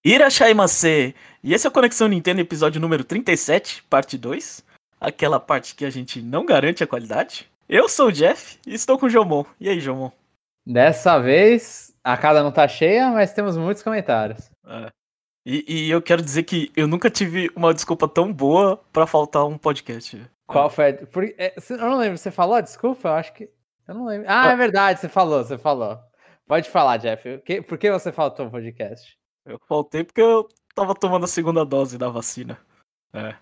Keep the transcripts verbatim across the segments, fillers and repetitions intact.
Irashaimase! E esse é o Conexão Nintendo, episódio número trinta e sete, parte dois. Aquela parte que a gente não garante a qualidade. Eu sou o Jeff e estou com o Jomon. E aí, Jomon? Dessa vez, a casa não tá cheia, mas temos muitos comentários. É. E, e eu quero dizer que eu nunca tive uma desculpa tão boa pra faltar um podcast. Qual É. foi a... Por... é, eu não lembro, você falou a desculpa? Eu acho que... Eu não lembro. Ah, é verdade, você falou, você falou. Pode falar, Jeff. Que... Por que você faltou o podcast? Eu faltei porque eu tava tomando a segunda dose da vacina. É.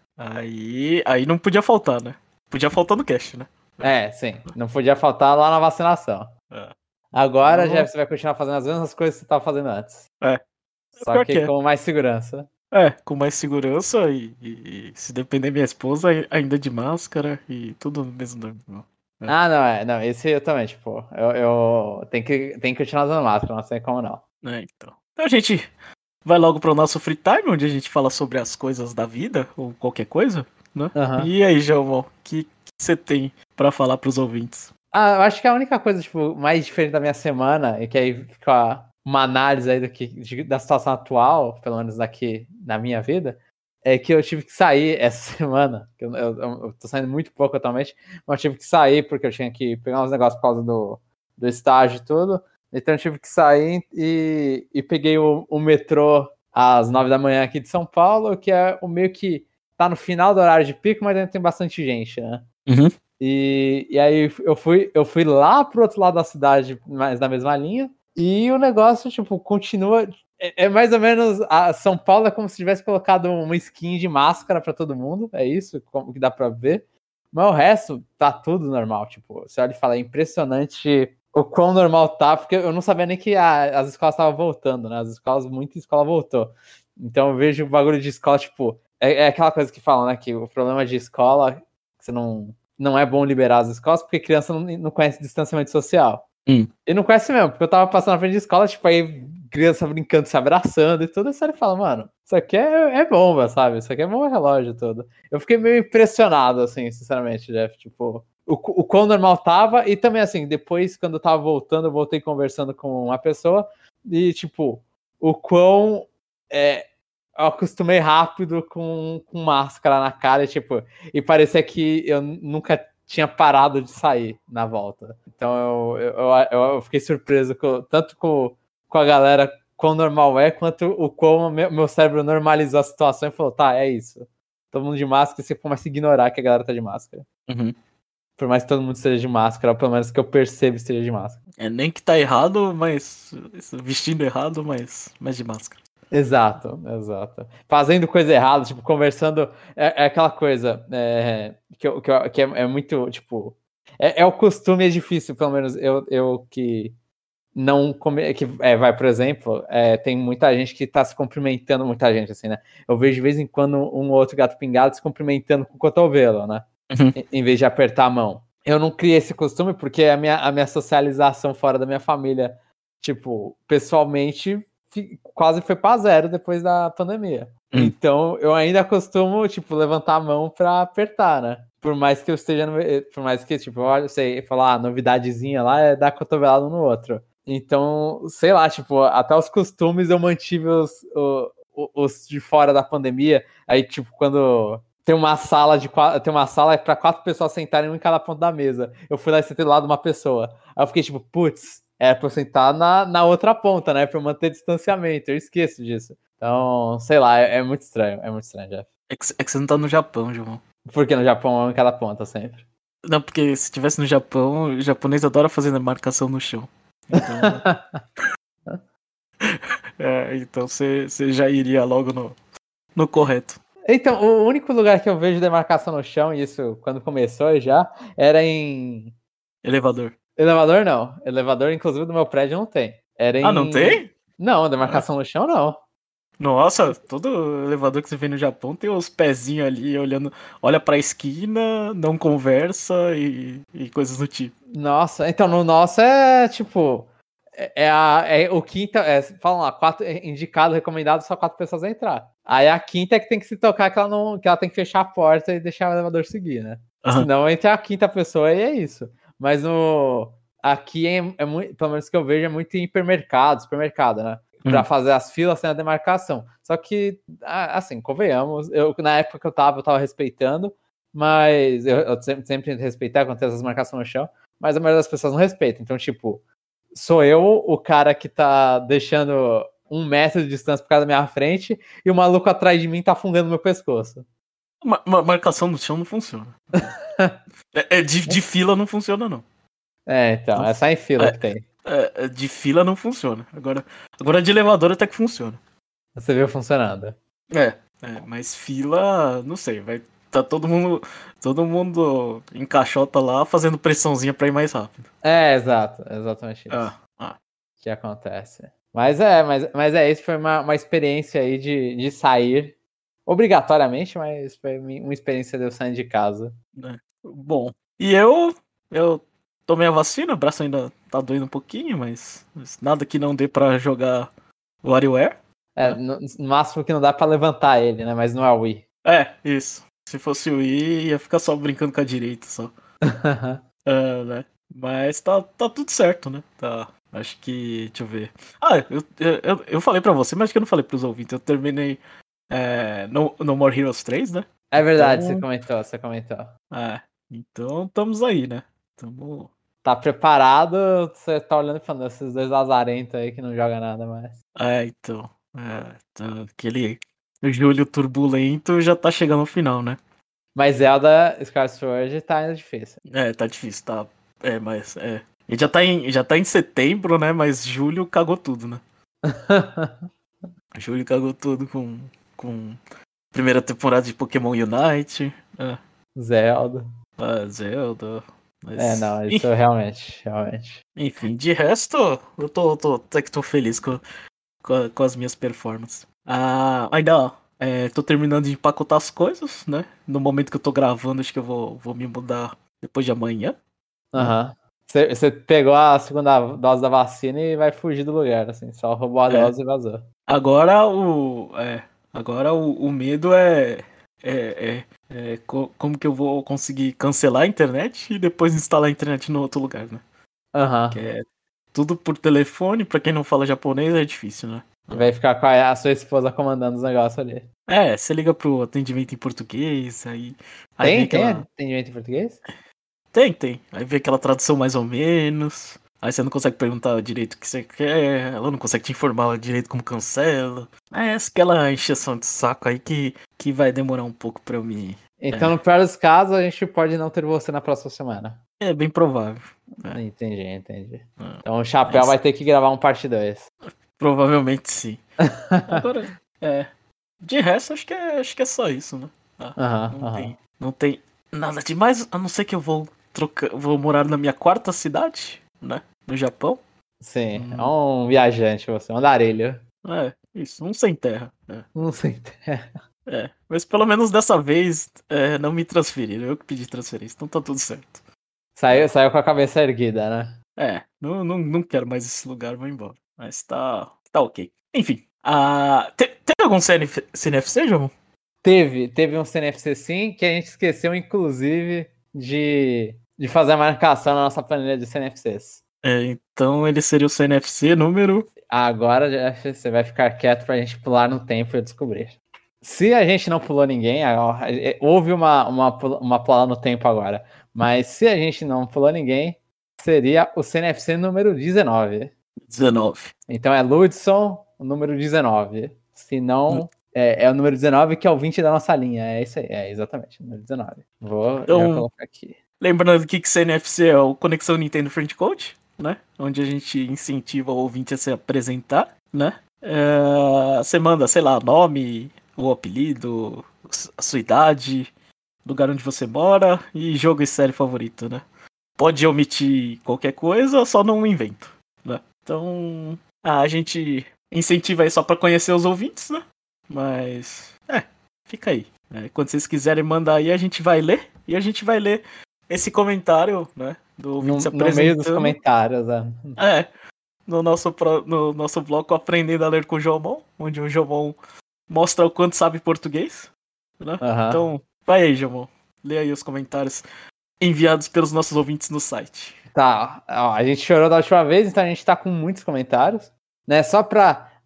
Aí, aí não podia faltar, né? Podia faltar no cast, né? É, sim. Não podia faltar lá na vacinação. É. Agora, Então, Jeff, você vai continuar fazendo as mesmas coisas que você estava fazendo antes. É. Só Pior que que é. com mais segurança. É, com mais segurança e, e- e se depender minha esposa, ainda de máscara e tudo no mesmo normal. É. Ah, não, é. Não, esse eu também, tipo, eu, eu tenho que, tenho que continuar usando máscara, não sei como não. É, então. Então a gente vai logo pro nosso free time, onde a gente fala sobre as coisas da vida, ou qualquer coisa, né? Aham. E aí, João, o que que você tem pra falar pros ouvintes? Ah, eu acho que a única coisa, tipo, mais diferente da minha semana, e que aí fica uma análise aí do que, de- da situação atual, pelo menos daqui na minha vida, é que eu tive que sair essa semana. Que Eu, eu, eu tô saindo muito pouco atualmente, mas eu tive que sair porque eu tinha que pegar uns negócios por causa do, do estágio e tudo. Então eu tive que sair e, e peguei o, o metrô às nove da manhã aqui de São Paulo, que é o meio que tá no final do horário de pico, mas ainda tem bastante gente, né? Uhum. E, e aí eu fui, eu fui lá pro outro lado da cidade, mas na mesma linha, e o negócio, tipo, continua. É, é mais ou menos. A São Paulo é como se tivesse colocado uma skin de máscara pra todo mundo, é isso como que dá pra ver. Mas o resto tá tudo normal, tipo, você olha e fala, é impressionante o quão normal tá, porque eu não sabia nem que a- as escolas estavam voltando, né? As escolas, muita escola voltou. Então eu vejo o bagulho de escola, tipo, é, é aquela coisa que falam, né? Que o problema de escola, que você não não é bom liberar as escolas porque criança não, não conhece distanciamento social. Hum. E não conhece mesmo, porque eu tava passando na frente de escola, tipo, aí criança brincando, se abraçando e tudo, e você fala, mano, isso aqui é, é bomba, sabe? Isso aqui é bom relógio todo. Eu fiquei meio impressionado, assim, sinceramente, Jeff, tipo, o, o quão normal tava, e também, assim, depois, quando eu tava voltando, eu voltei conversando com uma pessoa, e, tipo, o quão é, eu acostumei rápido com, com máscara na cara, tipo, e parecia que eu nunca tinha parado de sair na volta. Então eu, eu, eu, eu fiquei surpreso com, tanto com, com a galera quão normal é, quanto o quão meu, meu cérebro normalizou a situação e falou, tá, é isso. Todo mundo de máscara, você começa a ignorar que a galera tá de máscara. Uhum. Por mais que todo mundo esteja de máscara, ou pelo menos que eu perceba esteja de máscara. É nem que tá errado, mas. Vestindo errado, mas, mas de máscara. Exato, exato. Fazendo coisa errada, tipo, conversando. É, é aquela coisa é, que, eu, que, eu, que é, é muito, tipo. É, é o costume, é difícil, pelo menos eu, eu que não. Come, que, é, vai, por exemplo, é, tem muita gente que tá se cumprimentando, muita gente, assim, né? Eu vejo de vez em quando um ou outro gato pingado se cumprimentando com o cotovelo, né? Uhum. Em, em vez de apertar a mão. Eu não criei esse costume porque a minha, a minha socialização fora da minha família, tipo, pessoalmente quase foi pra zero depois da pandemia. Hum. Então, eu ainda costumo, tipo, levantar a mão pra apertar, né? Por mais que eu esteja no... Por mais que, tipo, olha, sei, falar, ah, novidadezinha lá é dar cotovelada um no outro. Então, sei lá, tipo, até os costumes eu mantive os, os, os de fora da pandemia. Aí, tipo, quando tem uma sala de quatro, tem uma sala pra quatro pessoas sentarem um em cada ponto da mesa. Eu fui lá e sentei do lado de uma pessoa. Aí eu fiquei tipo, putz, é pra eu sentar na, na outra ponta, né? Pra eu manter distanciamento. Eu esqueço disso. Então, sei lá, é, é muito estranho. É muito estranho, Jeff. É que, é que você não tá no Japão, João. Porque no Japão é um em cada ponta sempre. Não, porque se tivesse no Japão, o japonês adora fazer marcação no chão. Então, é, então você, você já iria logo no, no correto. Então, o único lugar que eu vejo demarcação no chão, e isso quando começou já, era em... Elevador. Elevador não. Elevador, inclusive, do meu prédio não tem. Era em... Ah, não tem? Não, demarcação ah. no chão não. Nossa, todo elevador que você vê no Japão tem os pezinhos ali olhando, olha pra esquina, não conversa e, e coisas do tipo. Nossa, então no nosso é tipo. É, é, a, é o quinta. É, falam lá, quatro, é indicado, recomendado, só quatro pessoas a entrar. Aí a quinta é que tem que se tocar, que ela, não, que ela tem que fechar a porta e deixar o elevador seguir, né? Uhum. Senão entra a quinta pessoa e é isso. Mas no. Aqui é, é muito, pelo menos que eu vejo, é muito em hipermercado, supermercado, né? pra Hum. fazer as filas sem a demarcação. Só que, a- assim, convenhamos, eu, na época que eu tava, eu tava respeitando, mas eu, eu sempre, sempre tento respeitar quando tem essas marcações no chão, mas a maioria das pessoas não respeita. Então, tipo, sou eu o cara que tá deixando um metro de distância por causa da minha frente e o maluco atrás de mim tá afundando meu pescoço. Ma- ma- marcação no chão não funciona. É, é, de, de fila não funciona, não. É, então, é só em fila É, que tem. é, é, de fila não funciona. Agora, agora de elevador até que funciona. Você viu funcionando. É, é, mas fila, não sei, vai tá todo mundo, todo mundo em caixota lá fazendo pressãozinha pra ir mais rápido. É, exato, exatamente isso Ah, ah. que acontece. Mas é, mas, mas é, isso foi uma, uma experiência aí de, de sair, obrigatoriamente, mas foi uma experiência de eu sair de casa. Né? Bom, e eu, eu tomei a vacina, o braço ainda tá doendo um pouquinho, mas, mas nada que não dê pra jogar WarioWare. É, É. no, no máximo que não dá pra levantar ele, né, mas não é o Wii. É, isso. Se fosse o Wii, ia ficar só brincando com a direita, só. É, né? Mas tá, tá tudo certo, né? Tá. Acho que. Deixa eu ver. Ah, eu, eu, eu falei pra você, mas acho que eu não falei pros ouvintes. Eu terminei é, no, no More Heroes três, né? É verdade, Então, você comentou, você comentou. é, então estamos aí, né? Tamo... Tá preparado, você tá olhando e falando, esses dois lazarentos aí que não joga nada mais. É, então. É, tá, aquele julho turbulento já tá chegando ao final, né? Mas Zelda Skyward Sword tá ainda difícil. É, tá difícil, tá. É, mas. É. Ele já tá, em, já tá em setembro, né? Mas julho cagou tudo, né? Julho cagou tudo com. com primeira temporada de Pokémon Unite. É, Zelda. a Zelda. Mas... É, não, isso Enfim, realmente, realmente. enfim, de resto, eu tô, tô, até que tô feliz com, com, a- com as minhas performances. Ah, ainda, é, tô terminando de empacotar as coisas, né? No momento que eu tô gravando, acho que eu vou, vou me mudar depois de amanhã. Aham. Você você pegou a segunda dose da vacina e vai fugir do lugar, assim, só roubou a É. dose e vazou. Agora o. É, agora o, o medo é. É, é, é co- como que eu vou conseguir cancelar a internet e depois instalar a internet no outro lugar, né? Aham. Que é tudo por telefone, pra quem não fala japonês é difícil, né? E vai ficar com a, a sua esposa comandando os negócios ali. É, você liga pro atendimento em português, aí. Aí vem Tem? Tem aquela. atendimento em português? Tem, tem. Aí vem aquela tradução mais ou menos. Aí você não consegue perguntar direito o que você quer, ela não consegue te informar direito como cancela. É essa aquela encheção de saco aí que, que vai demorar um pouco pra eu me. Então, É. no pior dos casos, a gente pode não ter você na próxima semana. É bem provável. É. Entendi, entendi. É. Então o Chapéu Mas- vai ter que gravar um parte dois. Provavelmente sim. Agora, é. De resto, acho que é, acho que é só isso, né? Ah, Aham, não, aham. tem, não tem nada demais, a não ser que eu vou trocar, vou morar na minha quarta cidade, né? No Japão. Sim, Hum. é um viajante você, um andarilho. É, isso, um sem terra. É. Não sei. É, mas pelo menos dessa vez é, não me transferiram, eu que pedi transferência, então tá tudo certo. Saiu, saiu com a cabeça erguida, né? É, não, não, não quero mais esse lugar, vou embora. Mas tá, tá ok. Enfim, ah, te, teve algum C N F, C N F C, João? Teve, teve um C N F C sim, que a gente esqueceu, inclusive, de, de fazer a marcação na nossa planilha de C N F Cs. É, então ele seria o C N F C número... Agora, Jeff, você vai ficar quieto pra gente pular no tempo e descobrir. Se a gente não pulou ninguém, houve uma, uma, uma pulada no tempo agora, mas se a gente não pulou ninguém, seria o C N F C número dezenove. dezenove. Então é Ludson, o número dezenove. Se não, é, é o número dezenove que é o vinte da nossa linha. É isso aí, é exatamente, o número dezenove. Vou Então, já colocar aqui. Lembrando que que C N F C é o Conexão Nintendo Friend Code, né? Onde a gente incentiva o ouvinte a se apresentar, né? É, você manda, sei lá, nome, o apelido, a sua idade, lugar onde você mora e jogo e série favorito, né? Pode omitir qualquer coisa, só não invento, né? Então, a gente incentiva aí só pra conhecer os ouvintes, né? Mas, é, fica aí. É, quando vocês quiserem mandar aí, a gente vai ler e a gente vai ler esse comentário, né, do ouvinte No, se no meio dos apresentando. comentários. né? É, no nosso, pro- no nosso bloco Aprendendo a Ler com o Jomon, onde o Jomon mostra o quanto sabe português, né? Aham. Então, vai aí, Jomon. Lê aí os comentários enviados pelos nossos ouvintes no site. Tá, ó, a gente chorou da última vez, então a gente tá com muitos comentários, né? Só pra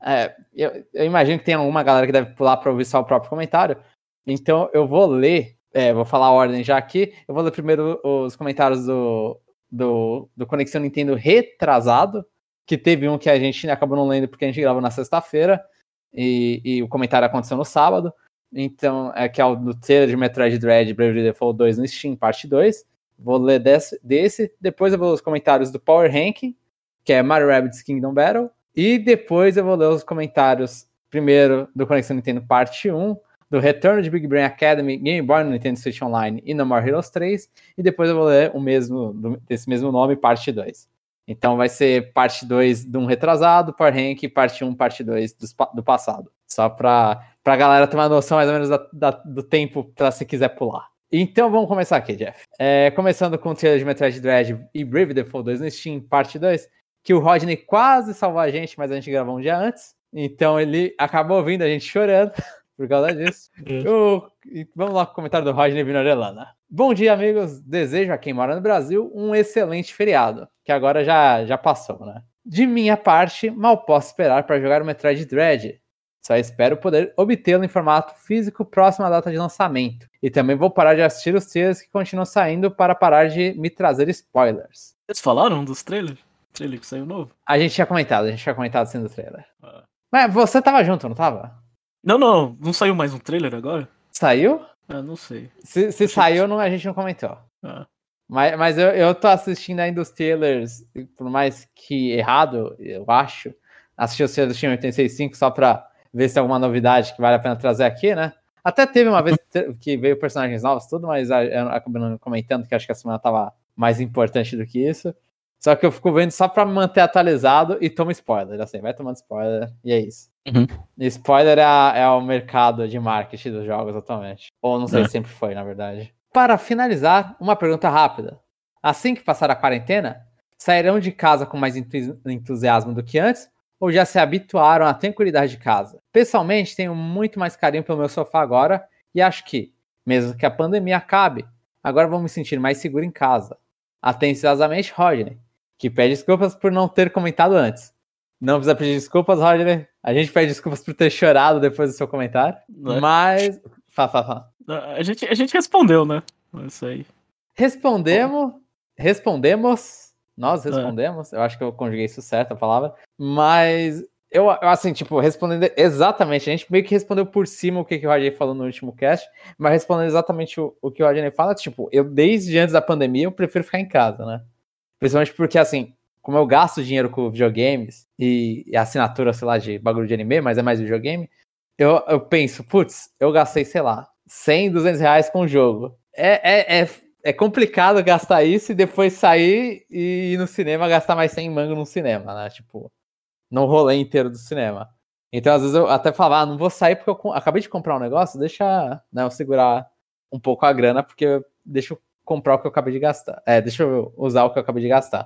É, eu, eu imagino que tem alguma galera que deve pular para ouvir só o próprio comentário. Então eu vou ler, é, vou falar a ordem já aqui. Eu vou ler primeiro os comentários do, do, do Conexão Nintendo retrasado, que teve um que a gente acabou não lendo porque a gente gravou na sexta-feira, e, e o comentário aconteceu no sábado. Então, é que é o do trailer de Metroid Dread Bravely Default dois no Steam, parte dois. Vou ler desse, desse. Depois eu vou ler os comentários do Power Ranking, que é Mario Rabbids Kingdom Battle. E depois eu vou ler os comentários, primeiro, do Conexão Nintendo Parte um, do Retorno de Big Brain Academy, Game Boy no Nintendo Switch Online e No More Heroes três. E depois eu vou ler o mesmo, desse mesmo nome, Parte dois. Então vai ser Parte dois de um retrasado, Power Rank, Parte um, Parte dois do, do passado. Só pra, pra galera ter uma noção mais ou menos da, da, do tempo pra se quiser pular. Então vamos começar aqui, Jeff. É, começando com o trailer de Metroid Dread e Bravely Default dois no Steam, Parte dois. Que o Rodney quase salvou a gente, mas a gente gravou um dia antes. Então ele acabou ouvindo a gente chorando por causa disso. o, vamos lá com o comentário do Rodney Vinorelana. Bom dia, amigos. Desejo a quem mora no Brasil um excelente feriado, que agora já, já passou, né? De minha parte, mal posso esperar para jogar o Metroid Dread. Só espero poder obtê-lo em formato físico próximo à data de lançamento. E também vou parar de assistir os trailers que continuam saindo para parar de me trazer spoilers. Eles falaram dos trailers? Trailer que saiu novo? A gente tinha comentado, a gente tinha comentado sendo trailer. Ah. Mas você tava junto, não tava? Não, não, não saiu mais um trailer agora? Saiu? Ah, não sei. Se, se saiu, que... não, a gente não comentou. Ah. Mas, mas eu, eu tô assistindo ainda os trailers, por mais que errado, eu acho. Assisti os trailers do Team oitenta e seis ponto cinco só pra ver se tem alguma novidade que vale a pena trazer aqui, né? Até teve uma vez que veio personagens novos, tudo, mas eu acabei não comentando que acho que a semana tava mais importante do que isso. Só que eu fico vendo só pra me manter atualizado e tomo spoiler, assim, vai tomando spoiler, e é isso. Uhum. Spoiler é, a, é o mercado de marketing dos jogos atualmente. Ou não sei, é. Sempre foi, na verdade. Para finalizar, uma pergunta rápida. Assim que passar a quarentena, sairão de casa com mais entusiasmo do que antes? Ou já se habituaram à tranquilidade de casa? Pessoalmente, tenho muito mais carinho pelo meu sofá agora, e acho que, mesmo que a pandemia acabe, agora vou me sentir mais seguro em casa. Atenciosamente, Rodney, que pede desculpas por não ter comentado antes. Não precisa pedir desculpas, Rodney. A gente pede desculpas por ter chorado depois do seu comentário. É. Mas... Fala, fala, fala. A gente, a gente respondeu, né? Isso aí. Respondemos. Respondemos. Nós respondemos. É. Eu acho que eu conjuguei isso certo, a palavra. Mas... Eu, assim, tipo, respondendo exatamente, a gente meio que respondeu por cima o que, que o Rodney falou no último cast, mas respondendo exatamente o, o que o Rodney fala, tipo, eu desde antes da pandemia eu prefiro ficar em casa, né? Principalmente porque, assim, como eu gasto dinheiro com videogames e, e assinatura, sei lá, de bagulho de anime, mas é mais videogame, eu, eu penso, putz, eu gastei, sei lá, cem, duzentos reais com o jogo. É, é, é, é complicado gastar isso e depois sair e ir no cinema gastar mais cem mango no cinema, né? Tipo... no rolê inteiro do cinema. Então, às vezes, eu até falava, ah, não vou sair porque eu acabei de comprar um negócio, deixa, né, eu segurar um pouco a grana, porque deixa eu comprar o que eu acabei de gastar. É, deixa eu usar o que eu acabei de gastar.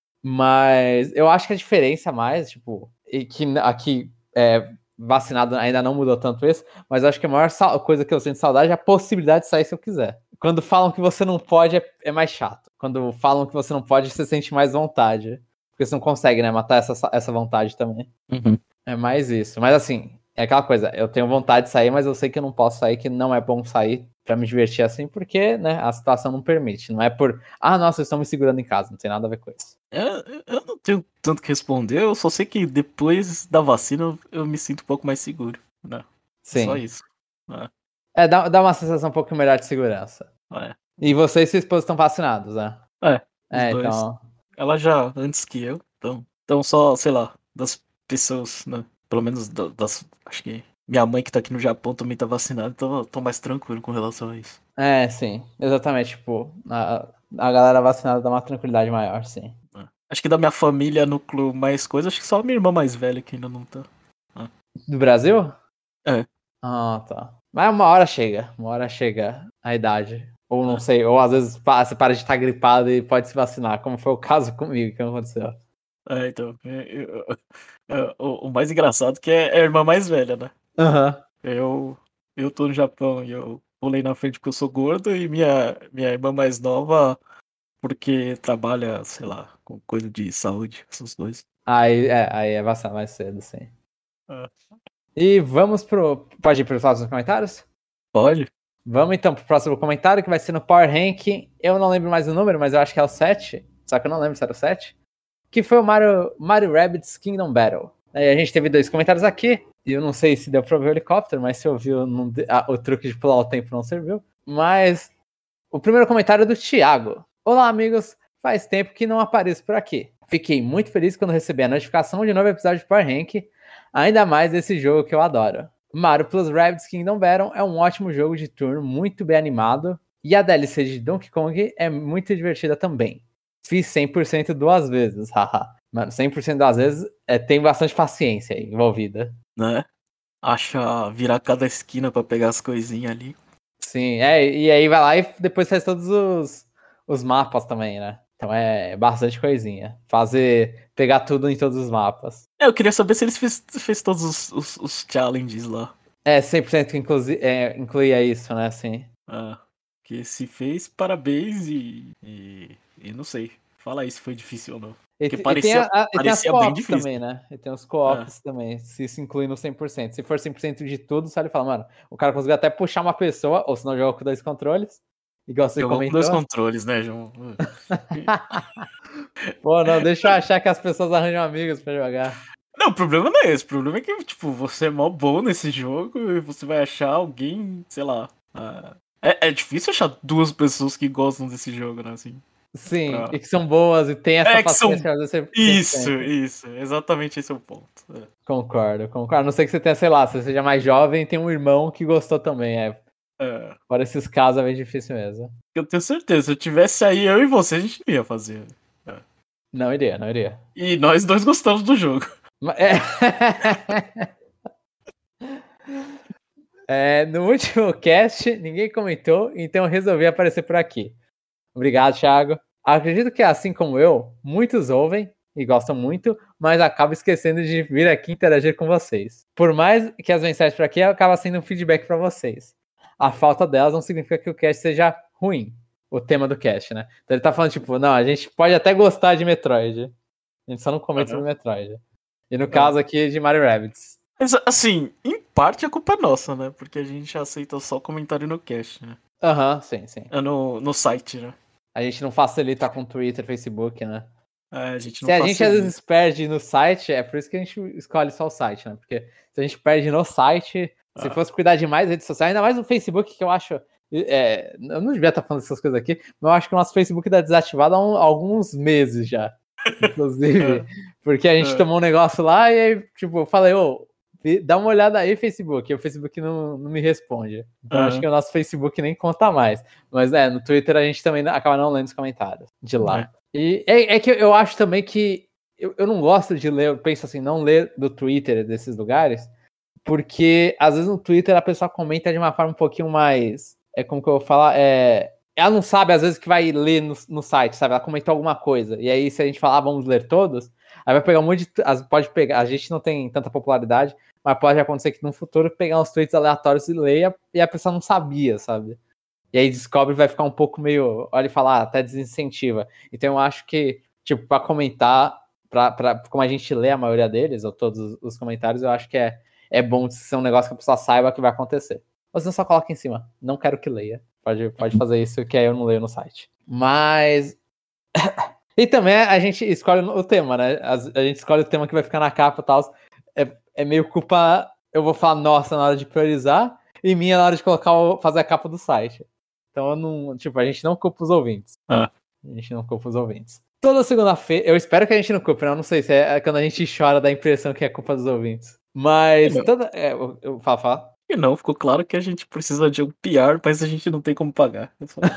Mas eu acho que a diferença mais, tipo, e que aqui é, vacinado ainda não mudou tanto isso, mas eu acho que a maior coisa que eu sinto saudade é a possibilidade de sair se eu quiser. Quando falam que você não pode, é, é mais chato. Quando falam que você não pode, você sente mais vontade. Porque você não consegue, né, matar essa, essa vontade também. Uhum. É mais isso. Mas assim, é aquela coisa, eu tenho vontade de sair, mas eu sei que eu não posso sair, que não é bom sair pra me divertir assim, porque, né, a situação não permite. Não é por, ah, nossa, eles estão me segurando em casa, não tem nada a ver com isso. Eu, eu não tenho tanto que responder, eu só sei que depois da vacina eu me sinto um pouco mais seguro, né? Sim. Só isso. É, é dá, dá uma sensação um pouco melhor de segurança. É. E você e sua esposa estão vacinados, né? É, é dois. Então... Ela já antes que eu, então, então só, sei lá, das pessoas, né? Pelo menos das, acho que minha mãe que tá aqui no Japão também tá vacinada, então eu tô mais tranquilo com relação a isso. É, sim, exatamente, tipo, a, a galera vacinada dá uma tranquilidade maior, sim. É. Acho que da minha família, núcleo mais coisa, acho que só a minha irmã mais velha que ainda não tá. É. Do Brasil? É. Ah, tá. Mas uma hora chega, uma hora chega a idade. Ou não sei, ou às vezes você para de estar gripado e pode se vacinar, como foi o caso comigo que aconteceu. É, então, eu, eu, eu, o, o mais engraçado que é a irmã mais velha, né? Aham. Uhum. Eu, eu tô no Japão e eu pulei na frente porque eu sou gordo e minha, minha irmã mais nova porque trabalha, sei lá, com coisa de saúde, essas coisas. Aí é, aí é vacinar mais cedo, sim. É. E vamos pro... Pode ir para os próximos comentários? Pode. Vamos então pro próximo comentário, que vai ser no Power Rank. Eu não lembro mais o número, mas eu acho que é o sete. Só que eu não lembro se era o sete. Que foi o Mario, Mario Rabbids Kingdom Battle. Aí a gente teve dois comentários aqui. E eu não sei se deu pra ver o helicóptero, mas se ouviu, não, ah, o truque de pular o tempo não serviu. Mas o primeiro comentário é do Thiago. Olá, amigos. Faz tempo que não apareço por aqui. Fiquei muito feliz quando recebi a notificação de novo episódio de Power Rank. Ainda mais desse jogo que eu adoro. Mario plus Rabbids Kingdom Battle é um ótimo jogo de turno, muito bem animado. E a D L C de Donkey Kong é muito divertida também. Fiz cem por cento duas vezes, haha. Mano, cem por cento das vezes é, tem bastante paciência aí envolvida. Né? Acha virar cada esquina pra pegar as coisinhas ali. Sim, é, e aí vai lá e depois faz todos os, os mapas também, né? Então é bastante coisinha. Fazer, pegar tudo em todos os mapas. É, eu queria saber se eles fez, fez todos os, os, os challenges lá. É, cem por cento inclusi- é, incluía isso, né, assim. Ah, que se fez, parabéns e, e... E não sei. Fala aí se foi difícil ou não. E, Porque e tem, parecia, a, a, e tem as parecia bem co-ops difícil. também, né? E tem os co-ops também, se isso inclui no cem por cento. Se for cem por cento de tudo, só ele fala, mano, o cara conseguiu até puxar uma pessoa, ou se não jogou com dois controles, igual você Jogou comentou. com dois controles, né, João? Pô, não, deixa eu achar que as pessoas arranjam amigos pra jogar. Não, o problema não é esse. O problema é que, tipo, você é mó bom nesse jogo e você vai achar alguém, sei lá. Uh... É, é difícil achar duas pessoas que gostam desse jogo, né, assim. Sim, pra... e que são boas e tem essa é, que são... paciência. Isso, isso. Exatamente esse é o ponto. É. Concordo, concordo. A não ser que você tenha, sei lá, se você seja mais jovem e tem um irmão que gostou também. É. É. Fora esses casos é bem difícil mesmo. Eu tenho certeza, se eu tivesse aí, eu e você, a gente não ia fazer. É. Não iria, não iria. E nós dois gostamos do jogo. É... é, no último cast, ninguém comentou, então eu resolvi aparecer por aqui. Obrigado, Thiago. Acredito que, assim como eu, muitos ouvem e gostam muito, mas acabam esquecendo de vir aqui interagir com vocês. Por mais que as mensagens por aqui acabam sendo um feedback para vocês. A falta delas não significa que o cast seja ruim, o tema do cast, né? Então ele tá falando, tipo, não, a gente pode até gostar de Metroid. A gente só não comenta sobre Metroid. E no caso aqui de Mario Rabbids. Mas, assim, em parte a culpa é nossa, né? Porque a gente aceita só comentário no cast, né? Aham, uhum, sim, sim. É no, no site, né? A gente não facilita com Twitter, Facebook, né? É, a gente não se a facilita. gente às vezes perde no site, é por isso que a gente escolhe só o site, né? Porque se a gente perde no site, ah. se fosse cuidar de mais redes sociais, ainda mais no Facebook, que eu acho... É, eu não devia estar falando essas coisas aqui, mas eu acho que o nosso Facebook tá desativado há, um, há alguns meses já. Inclusive, é. Porque a gente é. tomou um negócio lá e aí, tipo, eu falei, ô, dá uma olhada aí, Facebook. E o Facebook não, não me responde. Então uhum. acho que o nosso Facebook nem conta mais. Mas é, no Twitter a gente também acaba não lendo os comentários de lá. É. E é, é que eu acho também que eu, eu não gosto de ler, eu penso assim, não ler do Twitter desses lugares, porque às vezes no Twitter a pessoa comenta de uma forma um pouquinho mais. É como que eu vou falar? É. Ela não sabe, às vezes, que vai ler no, no site, sabe? Ela comentou alguma coisa. E aí, se a gente falar, ah, vamos ler todos, aí vai pegar um monte de... Pode pegar... A gente não tem tanta popularidade, mas pode acontecer que no futuro pegar uns tweets aleatórios e leia e a pessoa não sabia, sabe? E aí descobre e vai ficar um pouco meio... Olha e falar, até desincentiva. Então eu acho que, tipo, pra comentar, pra, pra, como a gente lê a maioria deles, ou todos os comentários, eu acho que é, é bom ser um negócio que a pessoa saiba que vai acontecer. Ou você só coloca em cima, não quero que leia. Pode, pode fazer isso, que aí eu não leio no site. Mas... e também a gente escolhe o tema, né? A, a gente escolhe o tema que vai ficar na capa e tal. É, é meio culpa... Eu vou falar nossa na hora de priorizar e minha na hora de colocar o, fazer a capa do site. Então eu não... Tipo, a gente não culpa os ouvintes. Ah. A gente não culpa os ouvintes. Toda segunda-feira... Eu espero que a gente não culpe, né? Eu não sei se é quando a gente chora da impressão que é culpa dos ouvintes. Mas... Toda... É, eu, eu falo, fala. E não, ficou claro que a gente precisa de um P R, mas a gente não tem como pagar.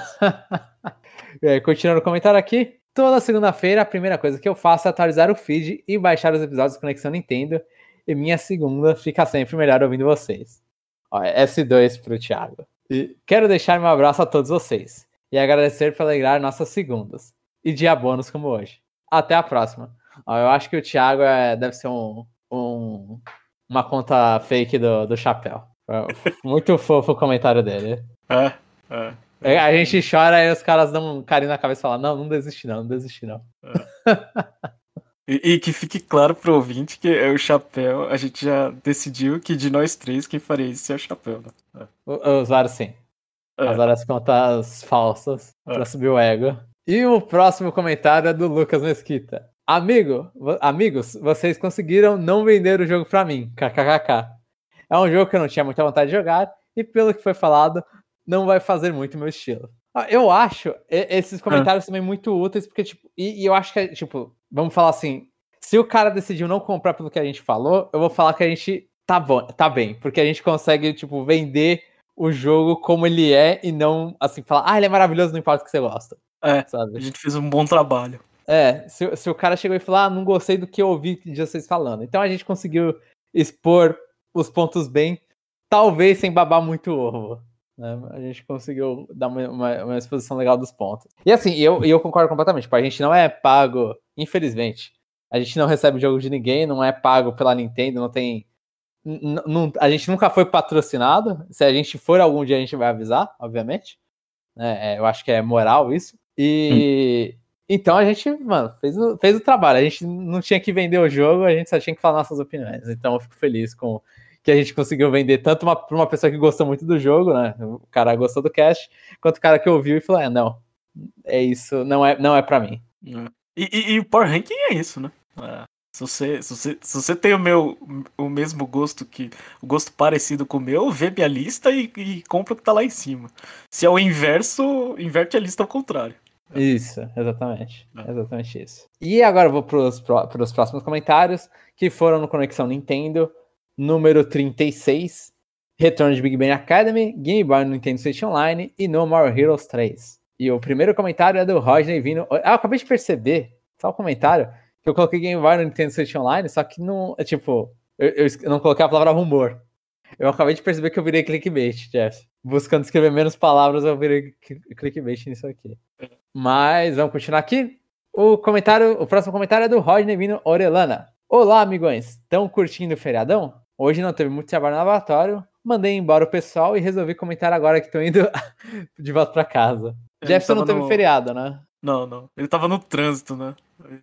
É, continuando o comentário aqui. Toda segunda-feira, a primeira coisa que eu faço é atualizar o feed e baixar os episódios do Conexão Nintendo. E minha segunda fica sempre melhor ouvindo vocês. Ó, S dois pro Thiago. E quero deixar meu abraço a todos vocês. E agradecer por alegrar nossas segundas. E dia bônus como hoje. Até a próxima. Ó, eu acho que o Thiago é, deve ser um, um, uma conta fake do, do chapéu. Muito fofo o comentário dele. É, é, é. A gente chora e os caras dão um carinho na cabeça e falam, não, não desiste não, não desiste não. É. E, e que fique claro pro ouvinte que é o Chapéu, a gente já decidiu que de nós três, quem faria isso é o Chapéu, né? O- Os vários sim. As É, várias contas falsas é. pra subir o ego. E o próximo comentário é do Lucas Mesquita. Amigo, vo- amigos, vocês conseguiram não vender o jogo pra mim. KKKK. É um jogo que eu não tinha muita vontade de jogar e pelo que foi falado, não vai fazer muito meu estilo. Ah, Eu acho e- esses comentários também muito úteis porque tipo, e, e eu acho que tipo, vamos falar assim, se o cara decidiu não comprar pelo que a gente falou, eu vou falar que a gente tá bom, tá bem, porque a gente consegue tipo vender o jogo como ele é e não assim falar, ah, ele é maravilhoso, não importa o que você gosta, É, sabe? a gente fez um bom trabalho. É, se, se o cara chegou e falou, ah, não gostei do que eu ouvi de vocês falando. Então a gente conseguiu expor os pontos bem, talvez sem babar muito o ovo. Né? A gente conseguiu dar uma, uma, uma exposição legal dos pontos. E assim, eu, eu concordo completamente. Tipo, a gente não é pago, infelizmente. A gente não recebe jogo de ninguém, não é pago pela Nintendo, não tem. n- n- a gente nunca foi patrocinado. Se a gente for algum dia, a gente vai avisar, obviamente. Né? É, eu acho que é moral isso. E. Então a gente, mano, fez o, fez o trabalho. A gente não tinha que vender o jogo, a gente só tinha que falar nossas opiniões. Então eu fico feliz com que a gente conseguiu vender tanto uma, pra uma pessoa que gostou muito do jogo, né? O cara gostou do cast, quanto o cara que ouviu e falou: é, não, é isso, não é, não é pra mim. É. E, e- e o Power Ranking é isso, né? É. Se você, se, você, se você tem o meu o mesmo gosto que o gosto parecido com o meu, vê minha lista e, e compra o que tá lá em cima. Se é o inverso, inverte a lista ao contrário. Isso, exatamente. É. Exatamente isso. E agora eu vou pros, pró- pros próximos comentários, que foram no Conexão Nintendo, número trinta e seis, Retorno de Big Bang Academy, Game Boy no Nintendo Switch Online e No More Heroes três. E o primeiro comentário é do Rodney vindo. Ah, eu acabei de perceber, só o comentário, que eu coloquei Game Boy no Nintendo Switch Online, só que não. É tipo, eu, eu eu não coloquei a palavra rumor. Eu acabei de perceber que eu virei clickbait, Jeff. Buscando escrever menos palavras, eu virei cl- clickbait nisso aqui. Mas vamos continuar aqui. O comentário, o próximo comentário é do Rodney Vino Orelana. Olá, amigões. Estão curtindo o feriadão? Hoje não teve muito trabalho no laboratório. Mandei embora o pessoal e resolvi comentar agora que estou indo de volta para casa. Ele Jefferson não tava teve no. feriado, né? Não, não. Ele tava no trânsito, né? Ele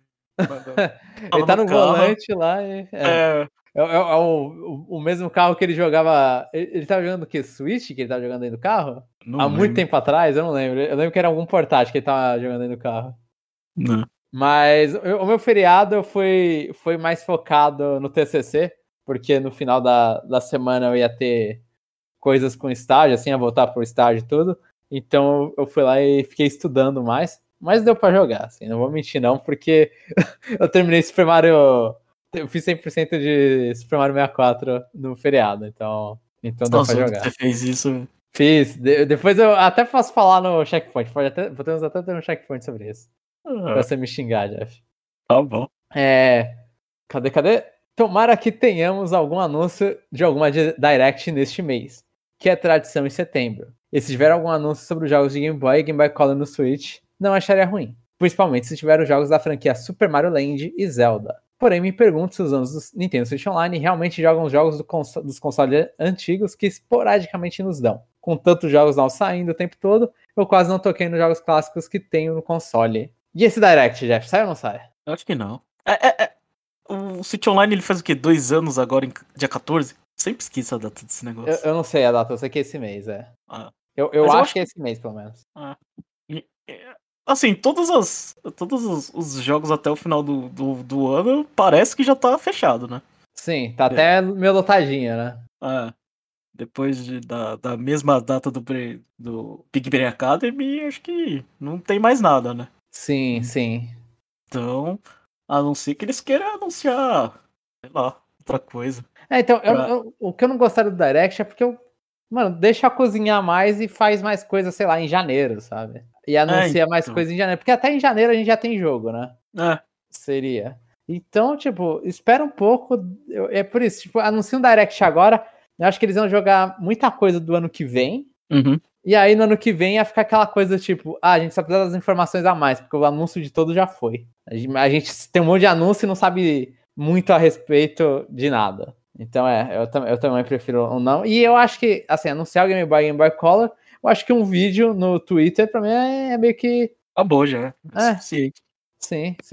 Ele tava tá no no carro. volante lá e. É. É. É, é- é o, o mesmo carro que ele jogava. Ele, ele tava jogando o quê? Switch que ele tava jogando aí no carro? Há Não muito lembro. tempo atrás, eu não lembro. Eu lembro que era algum portátil que ele tava jogando aí no carro. Não. Mas o o meu feriado foi, foi mais focado no T C C, porque no final da, da semana eu ia ter coisas com estágio, assim, ia voltar pro estágio e tudo. Então eu fui lá e fiquei estudando mais. Mas deu pra jogar, assim, não vou mentir não, porque eu terminei Super Mario. Eu fiz cem por cento de Super Mario sessenta e quatro no feriado, então, então deu pra Nossa, jogar. você fez isso. Fiz. De- depois eu até posso falar no checkpoint. Pode até, podemos até ter um checkpoint sobre isso. Pra Ah, você me xingar, Jeff. tá bom. É. Cadê, cadê? Tomara que tenhamos algum anúncio de alguma di- Direct neste mês, que é tradição em setembro. E se tiver algum anúncio sobre os jogos de Game Boy e Game Boy Color no Switch, não acharia ruim. Principalmente se tiver os jogos da franquia Super Mario Land e Zelda. Porém, me pergunto se os donos do Nintendo Switch Online realmente jogam os jogos do conso- dos consoles antigos que esporadicamente nos dão. Com tantos jogos novos saindo o tempo todo, eu quase não toquei nos jogos clássicos que tenho no console. E esse Direct, Jeff, sai ou não sai? Eu acho que não. É, é, é. O Switch Online ele faz o quê? Dois anos agora, em dia quatorze? Sempre esqueço a data desse Eu, negócio. eu não sei a data, eu sei que é esse mês, é. Ah, Eu, eu mas eu acho acho que é que. esse mês, pelo menos. Ah, e- é, assim, todos, as, todos os, os jogos até o final do, do, do ano parece que já tá fechado, né? Sim, tá É. até meio lotadinha, né? Ah, depois de, da, da mesma data do, Bre- do Big Bang Academy, acho que não tem mais nada, né? Sim, sim. Então, a não ser que eles queiram anunciar, sei lá, outra coisa. É, então, eu- Pra- eu- o que eu não gostaria do Direct é porque eu, mano, deixa cozinhar mais e faz mais coisa, sei lá, em janeiro, sabe? E anuncia mais então. coisa em janeiro. Porque até em janeiro a gente já tem jogo, né? É, Seria. Então, tipo, espera um pouco. eu- é por isso, tipo, anuncia um Direct agora. Eu acho que eles vão jogar muita coisa do ano que vem. uhum. E aí, no ano que vem, ia ficar aquela coisa tipo, ah, a gente só precisa das informações a mais, porque o anúncio de todo já foi. A gente, a gente tem um monte de anúncio e não sabe muito a respeito de nada. Então, é, eu, tam- eu também prefiro um não. E eu acho que, assim, anunciar o Game Boy e Game Boy Color, eu acho que um vídeo no Twitter, pra mim, é, é meio que. Acabou já, é É, suficiente. sim, sim.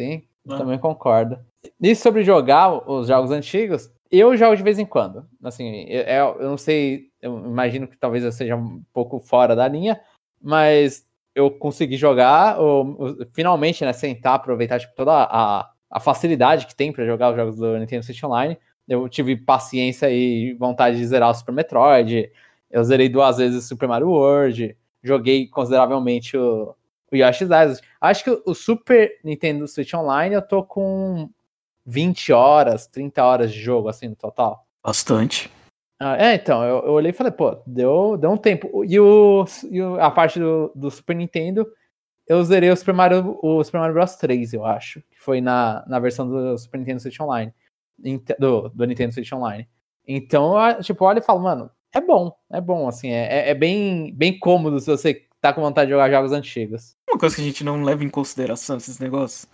Eu também concordo. E sobre jogar os jogos antigos, eu jogo de vez em quando. Assim, eu, eu não sei, eu imagino que talvez eu seja um pouco fora da linha, mas eu consegui jogar, ou, ou, finalmente, né, sentar, aproveitar tipo, toda a, a facilidade que tem para jogar os jogos do Nintendo Switch Online. Eu tive paciência e vontade de zerar o Super Metroid, eu zerei duas vezes o Super Mario World, joguei consideravelmente o, o Yoshi's Island. Acho que o Super Nintendo Switch Online eu tô com vinte horas, trinta horas de jogo, assim, no total. Bastante. Ah, é, então, eu, eu olhei e falei, pô, deu, deu um tempo. E, o, e o, a parte do, do Super Nintendo, eu zerei o Super Mario, o Super Mario Bros. três, eu acho, que foi na, na versão do Super Nintendo Switch Online, do, do Nintendo Switch Online. Então, eu, tipo, olha e falo, mano, é bom, é bom, assim, é, é bem, bem cômodo se você tá com vontade de jogar jogos antigos. Uma coisa que a gente não leva em consideração esses negócios,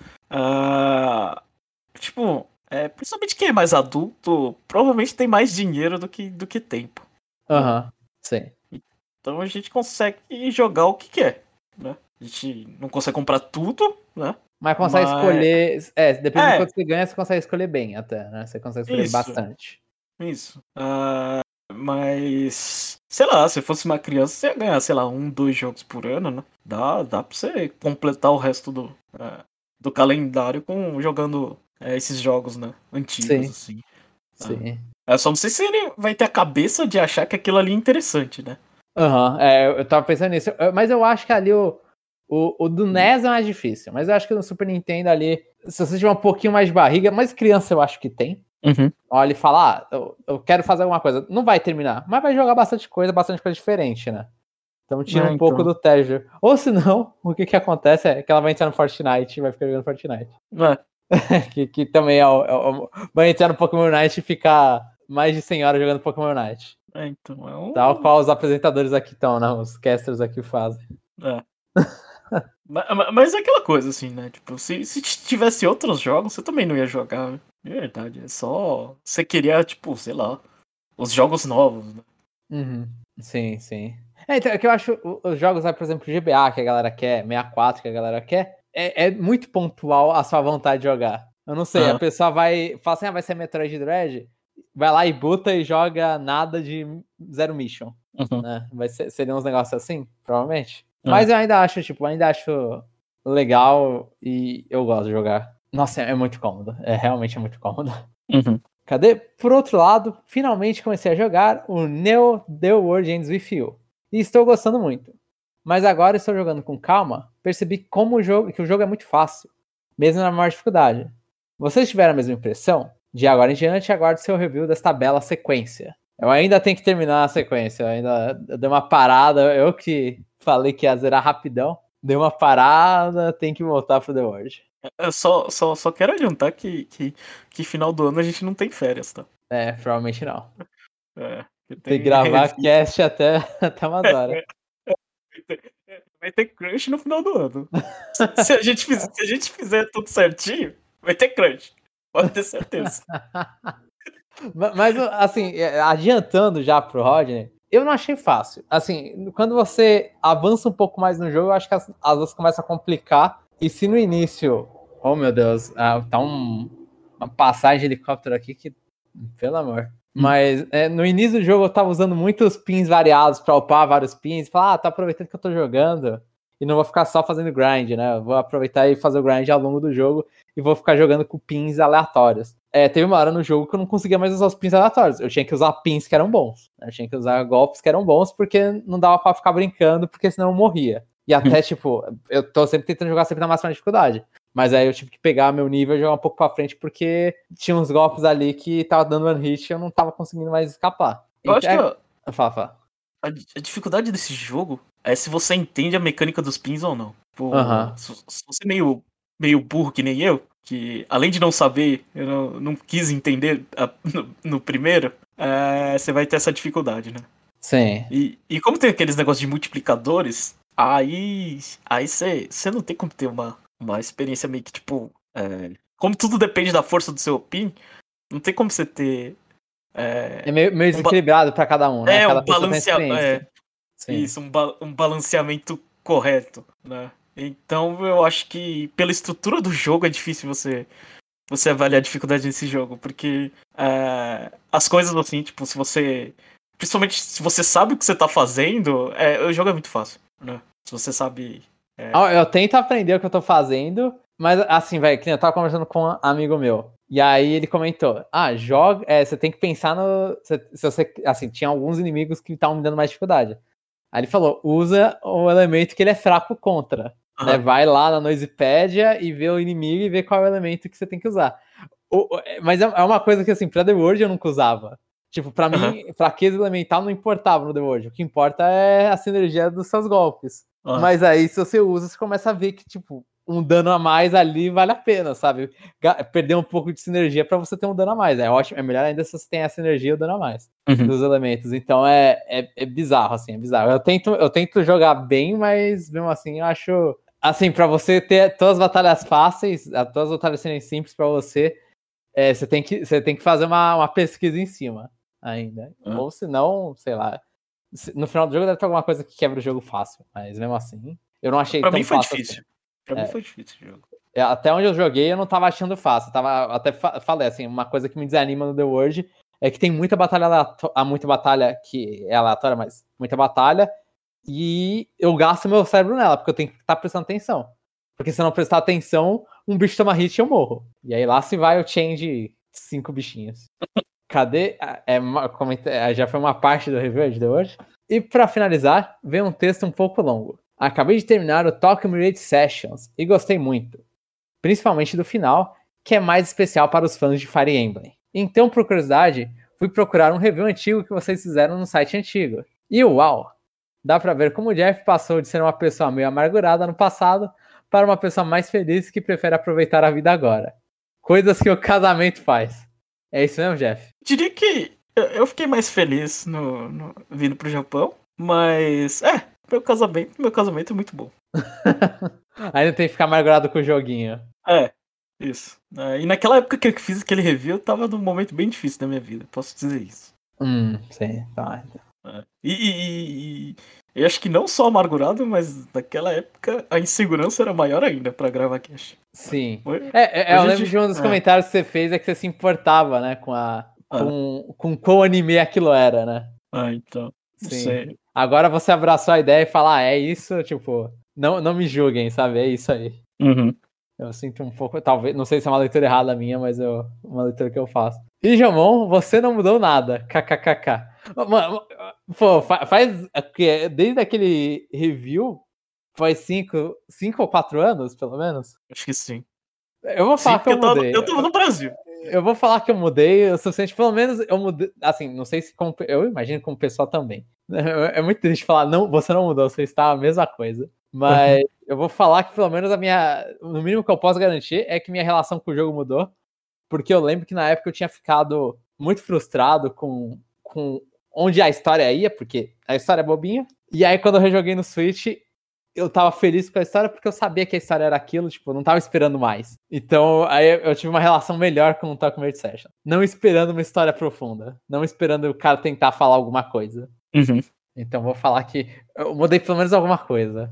uh, tipo, é, principalmente quem é mais adulto, provavelmente tem mais dinheiro do que, do que tempo. Aham, uhum, sim. Então a gente consegue jogar o que quer, né? A gente não consegue comprar tudo, né? Mas consegue Mas... escolher. É, depende é. do quanto você ganha, você consegue escolher bem até, né? Você consegue escolher isso, bastante. Isso. Uh, mas, sei lá, se fosse uma criança, você ia ganhar, sei lá, um, dois jogos por ano, né? Dá, dá pra você completar o resto do, uh, do calendário com, jogando uh, esses jogos, né? Antigos, Sim. assim. Sim. Uh, eu só não sei se ele vai ter a cabeça de achar que aquilo ali é interessante, né? Aham, uhum, é, eu tava pensando nisso. Mas eu acho que ali o, o, o do N E S é mais difícil. Mas eu acho que no Super Nintendo ali, se você tiver um pouquinho mais de barriga, mas criança eu acho que tem. Uhum. Olha e fala, ah, eu, eu quero fazer alguma coisa. Não vai terminar, mas vai jogar bastante coisa, bastante coisa diferente, né? Então tira é, um então. pouco do tédio. Ou se não, o que que acontece é que ela vai entrar no Fortnite e vai ficar jogando Fortnite. É. que, que também é o, é o... Vai entrar no Pokémon Unite e ficar mais de cem horas jogando Pokémon Unite. É, então é um... Tal qual os apresentadores aqui estão, né? Os casters aqui fazem. É. mas, mas é aquela coisa, assim, né? Tipo, se, se tivesse outros jogos, você também não ia jogar, né? De verdade. É só... Você queria, tipo, sei lá, os jogos novos, né? Uhum. Sim, sim. É, então, é que eu acho os jogos, por exemplo, G B A que a galera quer, sessenta e quatro que a galera quer, é, é muito pontual a sua vontade de jogar. Eu não sei, uhum. A pessoa vai... Fala assim, ah, vai ser Metroid Dread... Vai lá e buta e joga nada de Zero Mission. Uhum. Né? Vai ser, seriam uns negócios assim, provavelmente. Uhum. Mas eu ainda acho, tipo, ainda acho legal e eu gosto de jogar. Nossa, é, é muito cômodo. É realmente é muito cômodo. Uhum. Cadê? Por outro lado, finalmente comecei a jogar o Neo The World Ends With You. E estou gostando muito. Mas agora estou jogando com calma, percebi como o jogo, que o jogo é muito fácil, mesmo na maior dificuldade. Vocês tiveram a mesma impressão? De agora em diante, aguardo seu review desta bela sequência. Eu ainda tenho que terminar a sequência, eu ainda eu dei uma parada, eu que falei que ia zerar rapidão, dei uma parada, tem que voltar pro The World. Eu só, só, só quero adiantar que, que, que final do ano a gente não tem férias, tá? É, provavelmente não. É, tem que gravar cast até, até umas horas. Vai ter crunch no final do ano. se, a gente fizer, se a gente fizer tudo certinho, vai ter crunch. Pode ter certeza. Mas, assim, adiantando já pro Rodney, eu não achei fácil. Assim, quando você avança um pouco mais no jogo, eu acho que as, as coisas começam a complicar. E se no início... Oh, meu Deus. Ah, tá um, uma passagem de helicóptero aqui que... Pelo amor. Hum. Mas é, no início do jogo eu tava usando muitos pins variados pra upar vários pins. Falar, ah, tá aproveitando que eu tô jogando. E não vou ficar só fazendo grind, né? Eu vou aproveitar e fazer o grind ao longo do jogo e vou ficar jogando com pins aleatórios. É, teve uma hora no jogo que eu não conseguia mais usar os pins aleatórios. Eu tinha que usar pins que eram bons. Eu tinha que usar golpes que eram bons porque não dava pra ficar brincando, porque senão eu morria. E até, tipo, eu tô sempre tentando jogar sempre na máxima dificuldade. Mas aí eu tive que pegar meu nível e jogar um pouco pra frente porque tinha uns golpes ali que tava dando one hit e eu não tava conseguindo mais escapar. Eu então, acho que... É... Fala, fala. A, a dificuldade desse jogo é se você entende a mecânica dos pins ou não. Tipo, uh-huh. se, se você é meio, meio burro que nem eu, que além de não saber, eu não, não quis entender a, no, no primeiro, é, você vai ter essa dificuldade, né? Sim. E, e como tem aqueles negócios de multiplicadores, aí aí você não tem como ter uma, uma experiência meio que, tipo... É, como tudo depende da força do seu pin, não tem como você ter... É, é meio, meio desequilibrado um ba- pra cada um, né? É, cada um balanceamento. É, Sim. isso, um, ba- um balanceamento correto, né? Então eu acho que pela estrutura do jogo é difícil você, você avaliar a dificuldade desse jogo, porque é, as coisas assim, tipo, se você... Principalmente se você sabe o que você tá fazendo, é, o jogo é muito fácil, né? Se você sabe... É... Ah, eu tento aprender o que eu tô fazendo, mas assim, velho, que nem eu tava conversando com um amigo meu. E aí ele comentou, ah, joga, é, você tem que pensar no... Se, se você, assim, tinha alguns inimigos que estavam me dando mais dificuldade. Aí ele falou, usa o elemento que ele é fraco contra. Uhum. Né? Vai lá na Noisepedia e vê o inimigo e vê qual é o elemento que você tem que usar. O, mas é uma coisa que, assim, pra The World eu nunca usava. Tipo, pra uhum. mim, fraqueza elemental não importava no The World. O que importa é a sinergia dos seus golpes. Uhum. Mas aí, se você usa, você começa a ver que, tipo, um dano a mais ali vale a pena, sabe? Perder um pouco de sinergia pra você ter um dano a mais. É ótimo, é melhor ainda se você tem a sinergia e o dano a mais uhum. dos elementos. Então é, é, é bizarro, assim, é bizarro. Eu tento, eu tento jogar bem, mas mesmo assim eu acho... Assim, pra você ter todas as batalhas fáceis, todas as batalhas serem simples pra você, é, você, tem que, você tem que fazer uma, uma pesquisa em cima ainda. Uhum. Ou senão, sei lá, no final do jogo deve ter alguma coisa que quebra o jogo fácil, mas mesmo assim, eu não achei pra tão mim foi fácil difícil. assim. Pra é. mim foi difícil o jogo. Até onde eu joguei, eu não tava achando fácil. Eu tava, até falei, assim, uma coisa que me desanima no The World é que tem muita batalha aleatória, muita batalha que é aleatória, mas muita batalha, e eu gasto meu cérebro nela, porque eu tenho que estar prestando atenção. Porque se eu não prestar atenção, um bicho toma hit e eu morro. E aí lá se vai o chain de cinco bichinhos. Cadê? É, é, já foi uma parte do review de The World. E pra finalizar, vem um texto um pouco longo. Acabei de terminar o Tokyo Mirage Sessions e gostei muito. Principalmente do final, que é mais especial para os fãs de Fire Emblem. Então, por curiosidade, fui procurar um review antigo que vocês fizeram no site antigo. E uau! Dá pra ver como o Jeff passou de ser uma pessoa meio amargurada no passado para uma pessoa mais feliz que prefere aproveitar a vida agora. Coisas que o casamento faz. É isso mesmo, Jeff? Diria que eu fiquei mais feliz no, no, vindo pro Japão, mas é, meu casamento, meu casamento é muito bom. Aí não tem que ficar amargurado com o joguinho. É, isso. É, e naquela época que eu fiz aquele review, eu tava num momento bem difícil da minha vida, posso dizer isso. Hum, sim, tá. É. E, e, e eu acho que não só amargurado, mas naquela época a insegurança era maior ainda pra gravar cash. Sim. Foi? É, é, eu lembro de um dos é. comentários que você fez é que você se importava, né, com a com, ah. com quão anime aquilo era, né? Ah, então. Sim. Sei. Agora você abraçou a ideia e fala, ah, é isso, tipo, não, não me julguem, sabe? É isso aí. Uhum. Eu sinto um pouco, talvez, não sei se é uma leitura errada minha, mas é uma leitura que eu faço. E Jomon, você não mudou nada, kkkk. Mano, pô, faz, desde aquele review, faz cinco, cinco ou quatro anos, pelo menos? Acho que sim. Eu vou falar sim, que eu, eu mudei. Eu tava no Brasil. Eu vou falar que eu mudei o suficiente, pelo menos eu mudei, assim, não sei se, como, eu imagino como pessoal também. É muito triste falar, não, você não mudou, você está a mesma coisa. Mas uhum. eu vou falar que pelo menos a minha, no mínimo que eu posso garantir é que minha relação com o jogo mudou, porque eu lembro que na época eu tinha ficado muito frustrado com, com onde a história ia, porque a história é bobinha, e aí quando eu rejoguei no Switch, eu tava feliz com a história porque eu sabia que a história era aquilo, tipo, eu não tava esperando mais. Então, aí eu tive uma relação melhor com o Tokyo Mirage Session. Não esperando uma história profunda. Não esperando o cara tentar falar alguma coisa. Uhum. Então, vou falar que eu mudei pelo menos alguma coisa.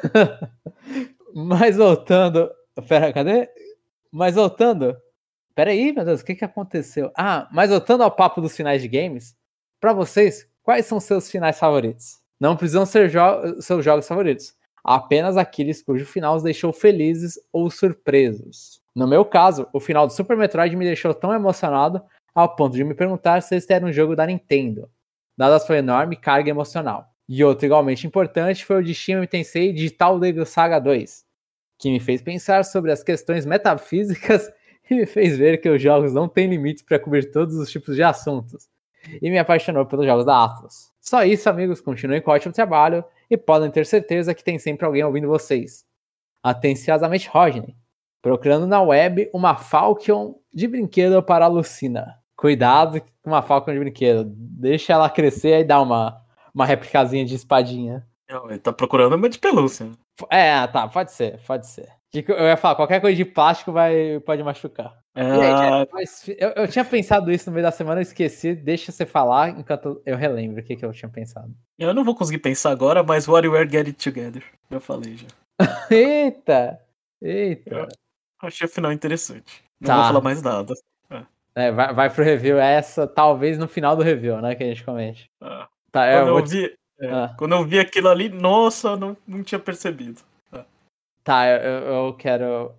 Mas voltando... Pera, cadê? Mas voltando... Pera aí, meu Deus, o que que aconteceu? Ah, mas voltando ao papo dos finais de games, pra vocês, quais são seus finais favoritos? Não precisam ser jo- seus jogos favoritos. Apenas aqueles cujo final os deixou felizes ou surpresos. No meu caso, o final do Super Metroid me deixou tão emocionado ao ponto de me perguntar se este era um jogo da Nintendo, dada a sua enorme carga emocional. E outro igualmente importante foi o de Shin Megami Tensei Digital Devil Saga dois, que me fez pensar sobre as questões metafísicas e me fez ver que os jogos não têm limites para cobrir todos os tipos de assuntos. E me apaixonou pelos jogos da Atlus. Só isso, amigos, continuem com o ótimo trabalho e podem ter certeza que tem sempre alguém ouvindo vocês. Atenciosamente, Rodney, procurando na web uma Falcon de brinquedo para a Lucina. Cuidado com uma Falcon de brinquedo, deixa ela crescer e dar uma, uma réplicazinha de espadinha. Não, ele tá procurando uma de pelúcia. É, tá, pode ser, pode ser. Eu ia falar, qualquer coisa de plástico vai, pode machucar. É... Aí, eu, eu tinha pensado isso no meio da semana, eu esqueci, deixa você falar enquanto eu relembro o que, que eu tinha pensado. Eu não vou conseguir pensar agora, mas WarioWare Get It Together, eu falei já. Eita! Eita! Achei a final interessante. Não Tá. vou falar mais nada. É, vai, vai pro review essa, talvez no final do review, né? Que a gente comente. Ah. Tá, é, Quando, eu eu te... vi, é, ah. quando eu vi aquilo ali, nossa, não, não tinha percebido. Ah. Tá, eu, eu quero.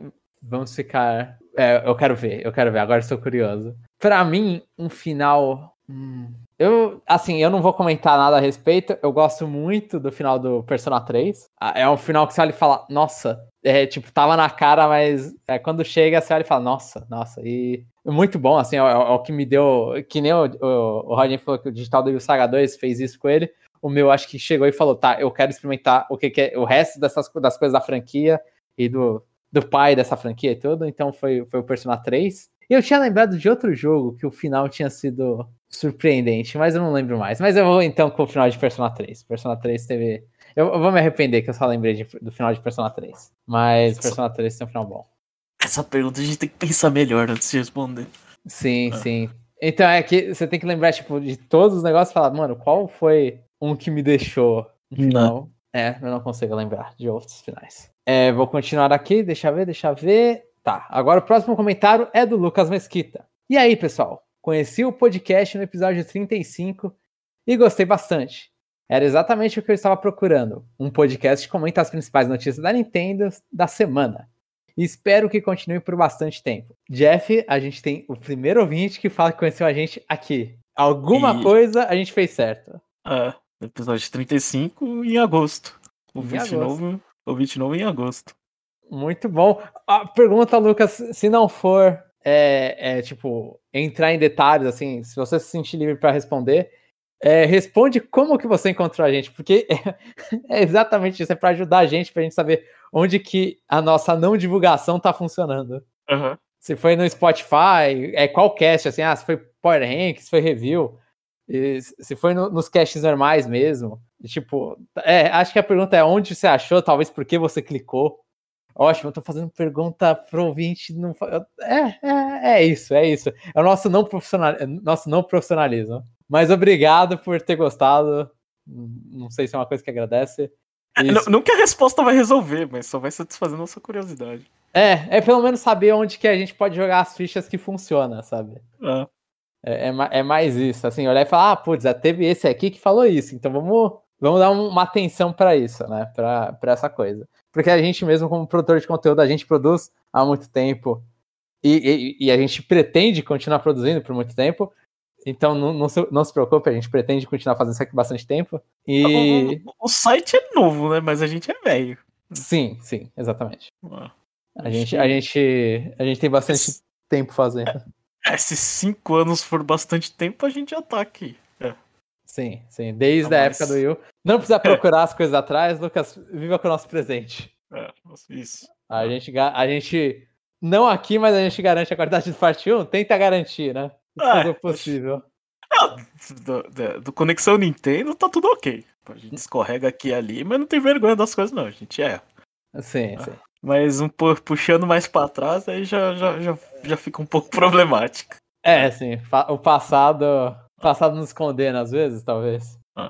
Vamos ficar. É, eu quero ver, eu quero ver, agora estou curioso. Pra mim, um final. Hum, eu, assim, eu não vou comentar nada a respeito. Eu gosto muito do final do Persona três. É um final que você olha e fala, nossa, é tipo, tava na cara, mas é, quando chega, você olha e fala, nossa, nossa. E muito bom, assim, é, é o que me deu. Que nem o, o, o Rodney falou que o Digital Devil Saga dois fez isso com ele. O meu acho que chegou e falou, tá, eu quero experimentar o que, que é o resto dessas das coisas da franquia e do, do pai dessa franquia e tudo. Então foi, foi o Persona três. E eu tinha lembrado de outro jogo que o final tinha sido surpreendente, mas eu não lembro mais. Mas eu vou então com o final de Persona três. Persona três teve... Eu, eu vou me arrepender que eu só lembrei de, do final de Persona três. Mas Persona três tem um final bom. Essa pergunta a gente tem que pensar melhor antes de responder. Sim, ah. sim. Então é que você tem que lembrar, tipo, de todos os negócios e falar, mano, qual foi um que me deixou no final? Não. É, eu não consigo lembrar de outros finais. É, vou continuar aqui, deixa eu ver, deixa eu ver. Tá, agora o próximo comentário é do Lucas Mesquita. E aí, pessoal? Conheci o podcast no episódio trinta e cinco e gostei bastante. Era exatamente o que eu estava procurando. Um podcast que comenta as principais notícias da Nintendo da semana. E espero que continue por bastante tempo. Jeff, a gente tem o primeiro ouvinte que fala que conheceu a gente aqui. Alguma e... coisa a gente fez certo. É, episódio trinta e cinco em agosto. O ouvinte novo, ouvinte novo em agosto. Muito bom. A pergunta, Lucas, se não for é, é, tipo, entrar em detalhes, assim, se você se sentir livre para responder, é, responde como que você encontrou a gente, porque é, é exatamente isso, é para ajudar a gente, pra gente saber onde que a nossa não divulgação tá funcionando. Uhum. Se foi no Spotify, é qual cast, assim, ah, se foi Power Rank, se foi review, e se foi no, nos casts normais mesmo. E, tipo, é, acho que a pergunta é onde você achou, talvez por que você clicou. Ótimo, eu tô fazendo pergunta pro ouvinte. Não... É, é, é isso, é isso. É o nosso não, profissional... nosso não profissionalismo. Mas obrigado por ter gostado. Não sei se é uma coisa que agradece. E... É, não que a resposta vai resolver, mas só vai satisfazer nossa curiosidade. É, é pelo menos saber onde que a gente pode jogar as fichas que funciona, sabe? É. É, é, é mais isso, assim, olhar e falar, ah, putz, teve esse aqui que falou isso, então vamos, vamos dar uma atenção pra isso, né, pra, pra essa coisa. Porque a gente mesmo, como produtor de conteúdo, a gente produz há muito tempo e, e, e a gente pretende continuar produzindo por muito tempo, então não, não, se, não se preocupe, a gente pretende continuar fazendo isso aqui bastante tempo. E... O, o site é novo, né, mas a gente é velho. Sim, sim, exatamente. Ah, a, gente, que... a, gente, a gente tem bastante Esse... tempo fazendo. É, se cinco anos for bastante tempo, a gente já tá aqui. É. Sim, sim. Desde não, a mas... época do Will. Não precisa procurar as coisas atrás, Lucas, viva com o nosso presente. É, isso. A, é. gente, a gente, não aqui, mas a gente garante a qualidade do parte um, tenta garantir, né? É, fazer o possível. Ah, do, do, do Conexão Nintendo tá tudo ok. A gente escorrega aqui e ali, mas não tem vergonha das coisas, não. A gente erra. Sim, é. sim. Mas um puxando mais pra trás, aí já, já, já, já fica um pouco problemático. É, sim. O passado, passado nos condena às vezes, talvez. Ah.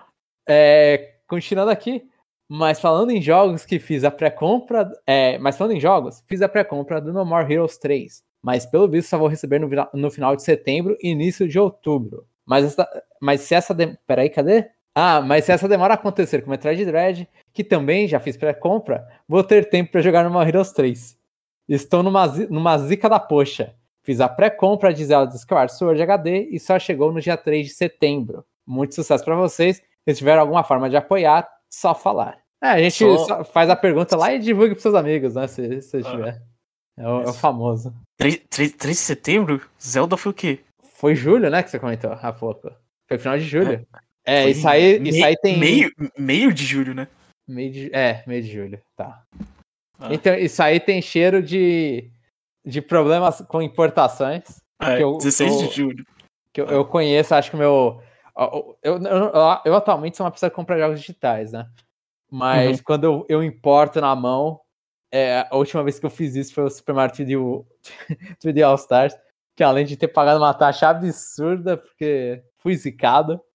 É, continuando aqui, mas falando em jogos que fiz a pré-compra... É, mas falando em jogos, fiz a pré-compra do No More Heroes três. Mas pelo visto só vou receber no, no final de setembro e início de outubro. Mas, essa, mas se essa... De... Peraí, cadê? Ah, mas se essa demora a acontecer com Metroid Dread, que também já fiz pré-compra, vou ter tempo para jogar No More Heroes três. Estou numa, numa zica da poxa. Fiz a pré-compra de Zelda Skyward Sword H D e só chegou no dia três de setembro. Muito sucesso para vocês. Se tiver alguma forma de apoiar, só falar. É, a gente só... Só faz a pergunta lá e divulga pros seus amigos, né? Se, se tiver. Ah, é, o, é o famoso. três de setembro? Zelda foi o quê? Foi julho, né? Que você comentou há pouco. Foi final de julho. É, é isso aí, me... isso aí tem. Meio, meio de julho, né? Meio de... É, meio de julho, tá. Ah. Então, isso aí tem cheiro de. De problemas com importações. É, que eu, dezesseis eu, de julho. Que eu, eu conheço, acho que o meu. Eu, eu, eu, eu atualmente sou uma pessoa que compra jogos digitais, né? Mas uhum. quando eu, eu importo na mão, é, a última vez que eu fiz isso foi o Super Mario três D, três D All Stars, que além de ter pagado uma taxa absurda, porque fui zicado,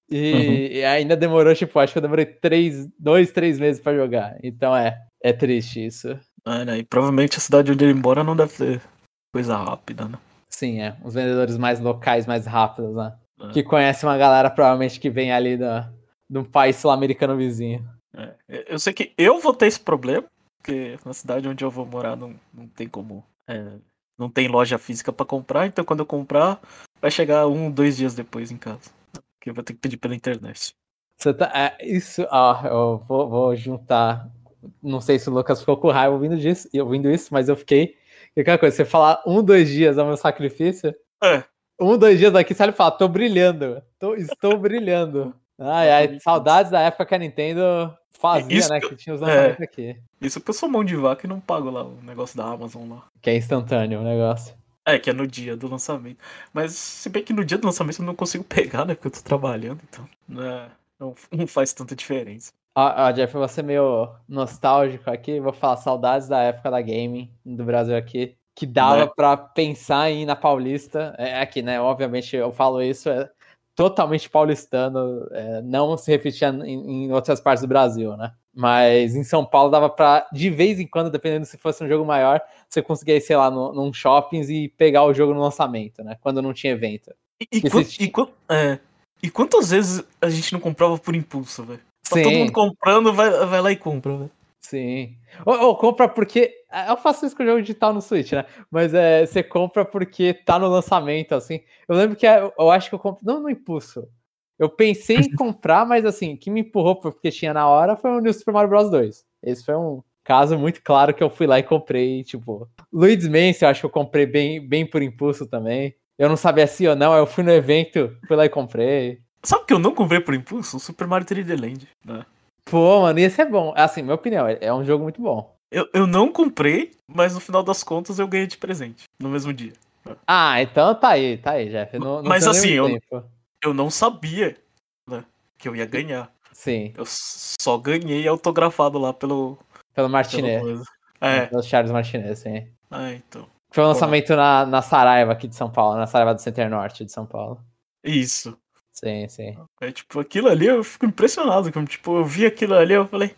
E, Uhum. e ainda demorou, tipo, acho que eu demorei três, dois, três meses pra jogar. Então é, é triste isso. É, né? E provavelmente a cidade onde ele mora não deve ter coisa rápida, né? Sim, é. Os vendedores mais locais, mais rápidos, né? É, Que conhece uma galera, provavelmente, que vem ali da, de um país sul-americano vizinho. é. Eu sei que eu vou ter esse problema, porque na cidade onde eu vou morar não, não tem como. É, não tem loja física pra comprar, então quando eu comprar, vai chegar um, dois dias depois em casa. Que eu vou ter que pedir pela internet. Você tá, é, isso, ó, eu vou, vou juntar. Não sei se o Lucas ficou com raiva ouvindo, disso, ouvindo isso, mas eu fiquei. E aquela coisa, você falar um, dois dias é o meu sacrifício. É. Um, dois dias daqui, você olha e fala, tô brilhando. Tô, estou brilhando. Ai, ai, saudades da época que a Nintendo fazia, Isso né? que Que tinha os eu, é, lançamentos aqui. isso que eu sou mão de vaca e não pago lá o negócio da Amazon lá. Que é instantâneo o negócio. É, que é no dia do lançamento. Mas se bem que no dia do lançamento eu não consigo pegar, né? Porque eu tô trabalhando, então. Né, não, não faz tanta diferença. Ó, ó, Jeff, eu vou ser meio nostálgico aqui. Vou falar saudades da época da gaming do Brasil aqui. Que dava Né? pra pensar em ir na Paulista. É aqui, né? Obviamente eu falo isso, é totalmente paulistano. É, não se repetia em, em outras partes do Brasil, né? Mas em São Paulo dava pra, de vez em quando, dependendo se fosse um jogo maior, você conseguia ir, sei lá, no, num shopping e pegar o jogo no lançamento, né? Quando não tinha evento. E, e, E quant- se e, ti- quan- é, e quantas vezes a gente não comprava por impulso, velho? Tá todo mundo Sim. comprando, vai, vai lá e compra, velho. Sim. Ou, ou compra porque. Eu faço isso com o jogo digital no Switch, né? Mas é, você compra porque tá no lançamento, assim. Eu lembro que eu, eu acho que eu compro. Não no impulso. Eu pensei em comprar, mas assim, o que me empurrou porque tinha na hora foi o New Super Mario Bros. dois. Esse foi um caso muito claro que eu fui lá e comprei, tipo. Luigi's Mansion, eu acho que eu comprei bem, bem por impulso também. Eu não sabia se ou não, aí eu fui no evento, fui lá e comprei. Sabe o que eu não comprei por impulso? O Super Mario três D Land, né? Pô, mano, esse é bom. Assim, minha opinião, é, é um jogo muito bom. Eu, eu não comprei, mas no final das contas eu ganhei de presente, no mesmo dia. Ah, então tá aí, tá aí, Jeff. Não, não Mas tenho nem assim, muito eu, tempo. eu não sabia, né, que eu ia ganhar. Sim, Eu só ganhei autografado lá pelo. pelo pelo Martinez. coisa. É, É. pelo Charles Martinez, sim. Ah, então. Foi um Porra. lançamento na, na Saraiva aqui de São Paulo, na Saraiva do Center Norte de São Paulo. Isso. Sim, sim. É tipo, aquilo ali eu fico impressionado. Como, tipo, eu vi aquilo ali eu falei.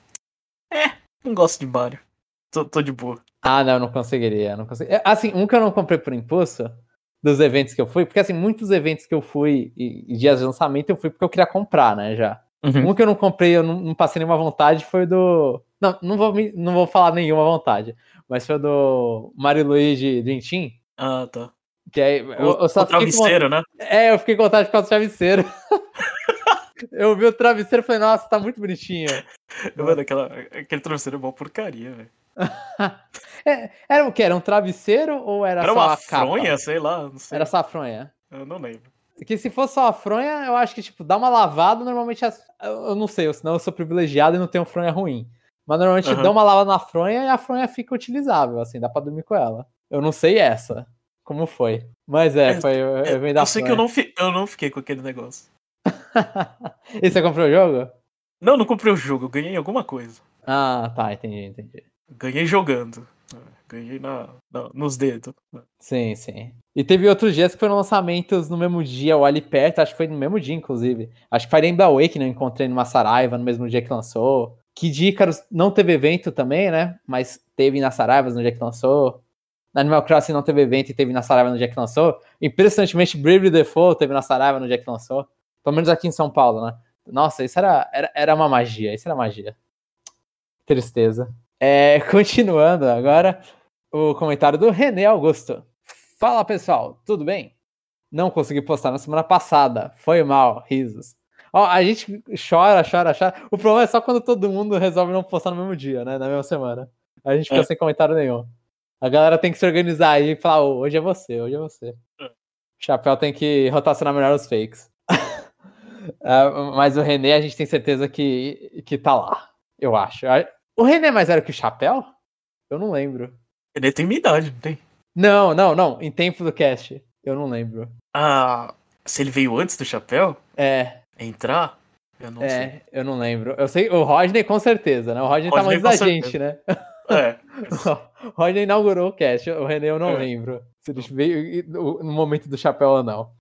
É, não gosto de Mario. Tô, tô de boa. Ah, não, não conseguiria, não conseguiria. Assim, um que eu não comprei por impulso, dos eventos que eu fui, porque assim, muitos eventos que eu fui e, e dias de lançamento eu fui porque eu queria comprar, né, já. Uhum. Um que eu não comprei, eu não, não passei nenhuma vontade, foi do... Não, não vou, me- não vou falar nenhuma vontade, mas foi do Mario Luigi Dream Team, Ah, tá. que aí O, eu, eu só o fiquei com vontade. travesseiro, né? É, eu fiquei com vontade de ficar do travesseiro. Eu vi o travesseiro e falei, nossa, tá muito bonitinho. Mano, aquela, aquele travesseiro é uma porcaria, velho. É, era o que? Era um travesseiro ou era, Era só uma a capa? fronha, sei lá, não sei. Era só a fronha. Eu não lembro. Que se fosse só a fronha, eu acho que, tipo, dá uma lavada, normalmente. As... Eu não sei, senão eu sou privilegiado e não tenho fronha ruim. Mas normalmente Uhum. dá uma lavada na fronha e a fronha fica utilizável, assim, dá pra dormir com ela. Eu não sei essa, como foi. Mas é, foi eu, eu, É, eu da eu sei que eu fronha. não, fi, eu não fiquei com aquele negócio. E você comprou o jogo? Não, não comprei o jogo, eu ganhei alguma coisa. Ah, tá, entendi, entendi. Ganhei jogando. Ganhei na, na- nos dedos. Sim, sim. E teve outros dias que foram lançamentos no mesmo dia, ou ali perto, acho que foi no mesmo dia, inclusive. Acho que Fire Emblem Awakening eu encontrei numa Saraiva no mesmo dia que lançou. Kid Icarus não teve evento também, né? Mas teve na Saraiva no dia que lançou. Na Animal Crossing não teve evento e teve na Saraiva no dia que lançou. Impressionantemente, Bravely Default teve na Saraiva no dia que lançou. Pelo menos aqui em São Paulo, né? Nossa, isso era, era, era uma magia, isso era magia. Tristeza. É, continuando agora, o comentário do René Augusto. Fala pessoal, tudo bem? Não consegui postar na semana passada, foi mal, risos. Ó, a gente chora, chora, chora. O problema é só quando todo mundo resolve não postar no mesmo dia, né? Na mesma semana. A gente fica É. sem comentário nenhum. A galera tem que se organizar aí e falar, oh, hoje é você, hoje é você. É. Chapéu tem que rotacionar melhor os fakes. Uh, mas o René, a gente tem certeza que, que tá lá, eu acho. O René é mais velho que o Chapéu? Eu não lembro. Ele tem minha idade, não tem? Não, não, não. Em tempo do cast. Eu não lembro. Ah, se ele veio antes do chapéu? É. Entrar? Eu não é, sei. eu não lembro. Eu sei, o Rodney com certeza, né? O Rodney, Rodney tá mais da certeza. Gente, né? É. O Rodney inaugurou o cast. O René eu não é. lembro. Se ele veio no momento do chapéu ou não.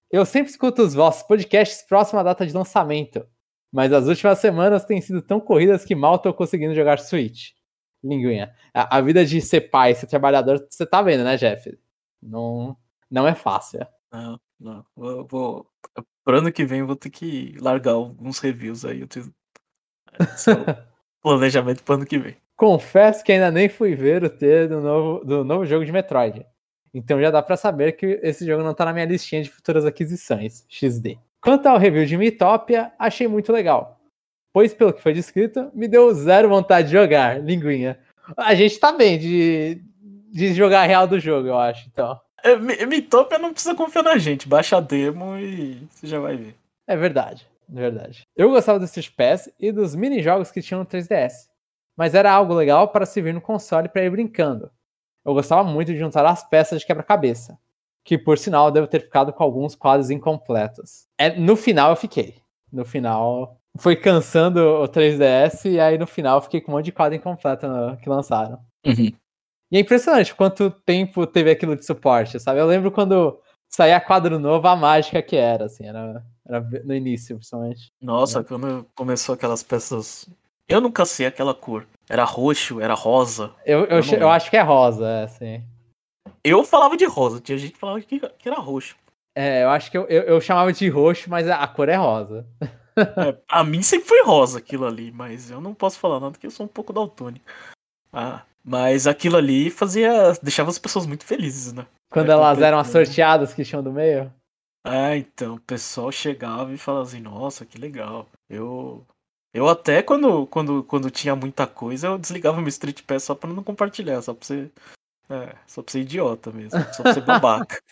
Eu sempre escuto os vossos podcasts próximo à data de lançamento, mas as últimas semanas têm sido tão corridas que mal tô conseguindo jogar Switch. Linguinha. A, a vida de ser pai, ser trabalhador, você tá vendo, né, Jeff? Não, não é fácil. Não, não. Vou, vou... Pro ano que vem eu vou ter que largar alguns reviews aí. Eu tenho... Esse é o planejamento pro ano que vem. Confesso que ainda nem fui ver o T do novo, do novo jogo de Metroid. Então já dá pra saber que esse jogo não tá na minha listinha de futuras aquisições. X D. Quanto ao review de Miitopia, achei muito legal. Pois, pelo que foi descrito, me deu zero vontade de jogar, linguinha. A gente tá bem de, de jogar a real do jogo, eu acho, então. É, Miitopia não precisa confiar na gente. Baixa a demo e você já vai ver. É verdade, é verdade. Eu gostava do Street Pass e dos mini-jogos que tinham no três D S. Mas era algo legal para se vir no console para ir brincando. Eu gostava muito de juntar as peças de quebra-cabeça. Que, por sinal, devo ter ficado com alguns quadros incompletos. É, no final eu fiquei. No final... Foi cansando o três D S e aí no final eu fiquei com um monte de quadro incompleto no, que lançaram. Uhum. E é impressionante quanto tempo teve aquilo de suporte, sabe? Eu lembro quando saía quadro novo, a mágica que era, assim, era, era no início, principalmente. Nossa, É. quando começou aquelas peças... Eu nunca sei aquela cor. Era roxo, era rosa. Eu, eu, eu, eu acho que é rosa, é, assim. Eu falava de rosa, tinha gente que falava que, que era roxo. É, eu acho que eu, eu, eu chamava de roxo, mas a, a cor é rosa. É, a mim sempre foi rosa aquilo ali, mas eu não posso falar nada porque eu sou um pouco daltônico. Ah, mas aquilo ali fazia. Deixava as pessoas muito felizes, né? Quando é, elas eram as sorteadas que tinham do meio? Ah, então, o pessoal chegava e falava assim, nossa, que legal. Eu. Eu até quando, quando, quando tinha muita coisa, eu desligava meu Street Pass só pra não compartilhar, só pra ser. É, só pra ser idiota mesmo, só pra ser babaca.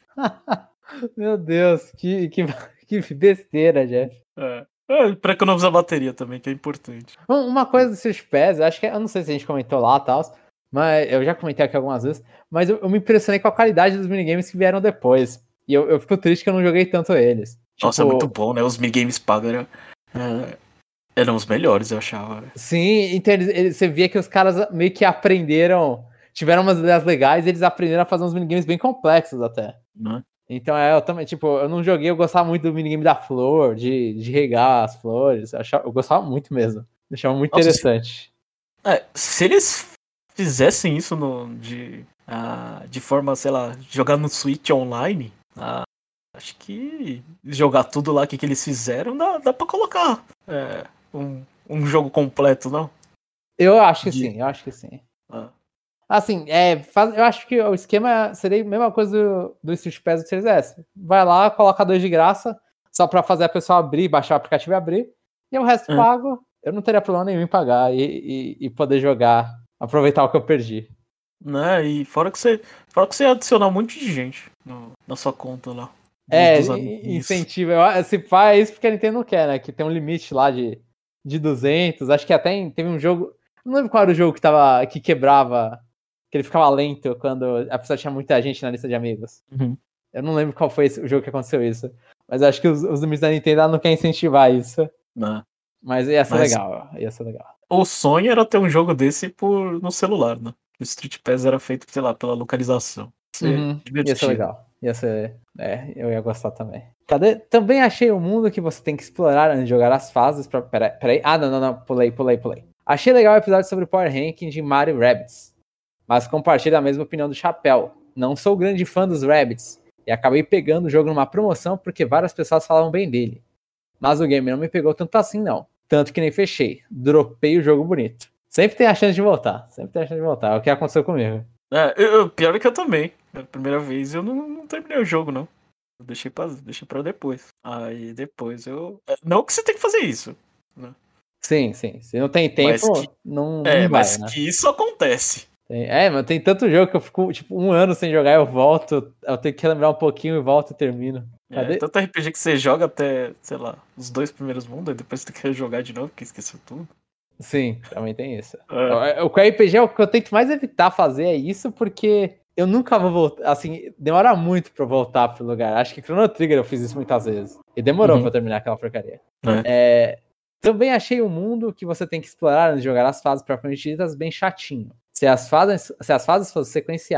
Meu Deus, que, que, que besteira, Jeff. É. É, pra economizar bateria também, que é importante. Uma coisa dos Street Pass, eu acho que, eu não sei se a gente comentou lá e tal, mas eu já comentei aqui algumas vezes, mas eu, eu me impressionei com a qualidade dos minigames que vieram depois. E eu, eu fico triste que eu não joguei tanto eles. Nossa, é Tipo, muito bom, né? Os minigames pagos eram, é, eram os melhores, eu achava. Sim, então eles, eles, você via que os caras meio que aprenderam, tiveram umas ideias legais e eles aprenderam a fazer uns minigames bem complexos até. Né? Então, é, eu também, tipo, eu não joguei, eu gostava muito do minigame da flor, de, de regar as flores, eu, achava, eu gostava muito mesmo, deixava muito Nossa, interessante. Se, é, se eles fizessem isso no, de, uh, de forma, sei lá, jogar no Switch online, uh, acho que jogar tudo lá que, que eles fizeram, dá, dá pra colocar é, um, um jogo completo, não? Eu acho que de... sim, eu acho que sim. Ah. Assim, é, faz, eu acho que o esquema seria a mesma coisa do, do Street Pass do três D S. Vai lá, coloca dois de graça, só pra fazer a pessoa abrir, baixar o aplicativo e abrir. E o resto é. pago, eu não teria problema nenhum em pagar e, e, e poder jogar, aproveitar o que eu perdi. Né, e fora que você, fora que você ia adicionar um monte de gente no, na sua conta lá. É, incentiva. Se faz isso porque a Nintendo não quer, né? Que tem um limite lá de, de duzentos. Acho que até teve um jogo... Não lembro qual era o jogo que, tava, que quebrava... Que ele ficava lento quando a pessoa tinha muita gente na lista de amigos. Uhum. Eu não lembro qual foi esse, o jogo que aconteceu isso. Mas acho que os, os limites da Nintendo não querem incentivar isso. Não. Mas ia ser Mas legal. Ia ser legal. O sonho era ter um jogo desse por, no celular, né? O Street Pass era feito, sei lá, pela localização. Uhum. Ia ser legal. Ia ser... É, eu ia gostar também. Cadê? Também achei um mundo que você tem que explorar antes de jogar as fases. Pra... Peraí, peraí. Ah, não, não, não. Pulei, pulei, pulei. Achei legal o episódio sobre o Power Ranking de Mario Rabbids. Mas compartilho a mesma opinião do Chapéu. Não sou grande fã dos Rabbids. E acabei pegando o jogo numa promoção porque várias pessoas falavam bem dele. Mas o game não me pegou tanto assim, não. Tanto que nem fechei. Dropei o jogo bonito. Sempre tem a chance de voltar. Sempre tem a chance de voltar. É o que aconteceu comigo. É, eu, pior é que eu também. A primeira vez eu não, não terminei o jogo, não. Eu deixei pra, deixei pra depois. Aí depois eu... Não que você tem que fazer isso, né? Sim, sim. Se não tem tempo, que... não, não é, vai, mas né? que isso acontece. Tem... É, mas tem tanto jogo que eu fico, tipo, um ano sem jogar, eu volto, eu tenho que lembrar um pouquinho e volto e termino. Cadê? É, tanto R P G que você joga até, sei lá, os dois primeiros mundos, e depois você quer jogar de novo, porque esqueceu tudo. Sim, também tem isso. É. O R P G, o que eu tento mais evitar fazer é isso, porque eu nunca vou voltar, assim, demora muito pra eu voltar pro lugar. Acho que Chrono Trigger eu fiz isso muitas vezes. E demorou uhum. pra eu terminar aquela porcaria. É. É, também achei um mundo que você tem que explorar antes de jogar as fases propriamente ditas bem chatinho. Se as fases, se as fases fossem sequenciais,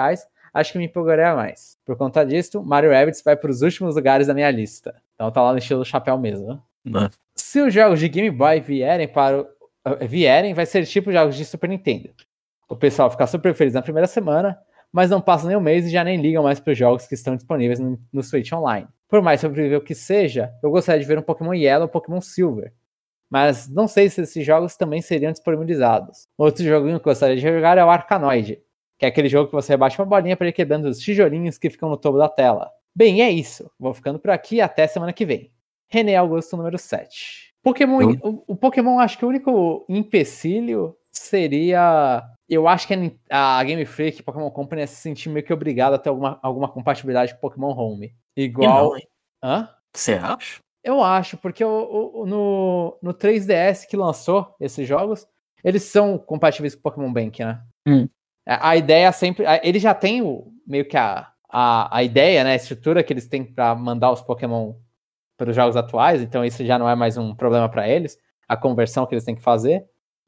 acho que me empolgaria mais. Por conta disso, Mario Rabbids vai para os últimos lugares da minha lista. Então tá lá no estilo chapéu mesmo. Não. Se os jogos de Game Boy vierem para o... vierem, vai ser tipo jogos de Super Nintendo. O pessoal fica super feliz na primeira semana, mas não passa nem um mês e já nem ligam mais para os jogos que estão disponíveis no, no Switch Online. Por mais sobrevivível que seja, eu gostaria de ver um Pokémon Yellow ou Pokémon Silver. Mas não sei se esses jogos também seriam disponibilizados. Outro joguinho que eu gostaria de jogar é o Arkanoid, que é aquele jogo que você rebaixa uma bolinha para ir quebrando os tijolinhos que ficam no topo da tela. Bem, é isso. Vou ficando por aqui e até semana que vem. René Augusto, número sete. Pokémon, eu... o, o Pokémon, acho que o único empecilho seria... Eu acho que a, a Game Freak, Pokémon Company, ia se sentir meio que obrigado a ter alguma, alguma compatibilidade com Pokémon Home. Igual... E não, Hã? Você acha? Eu acho, porque o, o, no, no três D S que lançou esses jogos, eles são compatíveis com o Pokémon Bank, né? Hum. A, a ideia sempre... A, ele já tem o, meio que a, a, a ideia, né? A estrutura que eles têm pra mandar os Pokémon para os jogos atuais, então isso já não é mais um problema para eles, a conversão que eles têm que fazer.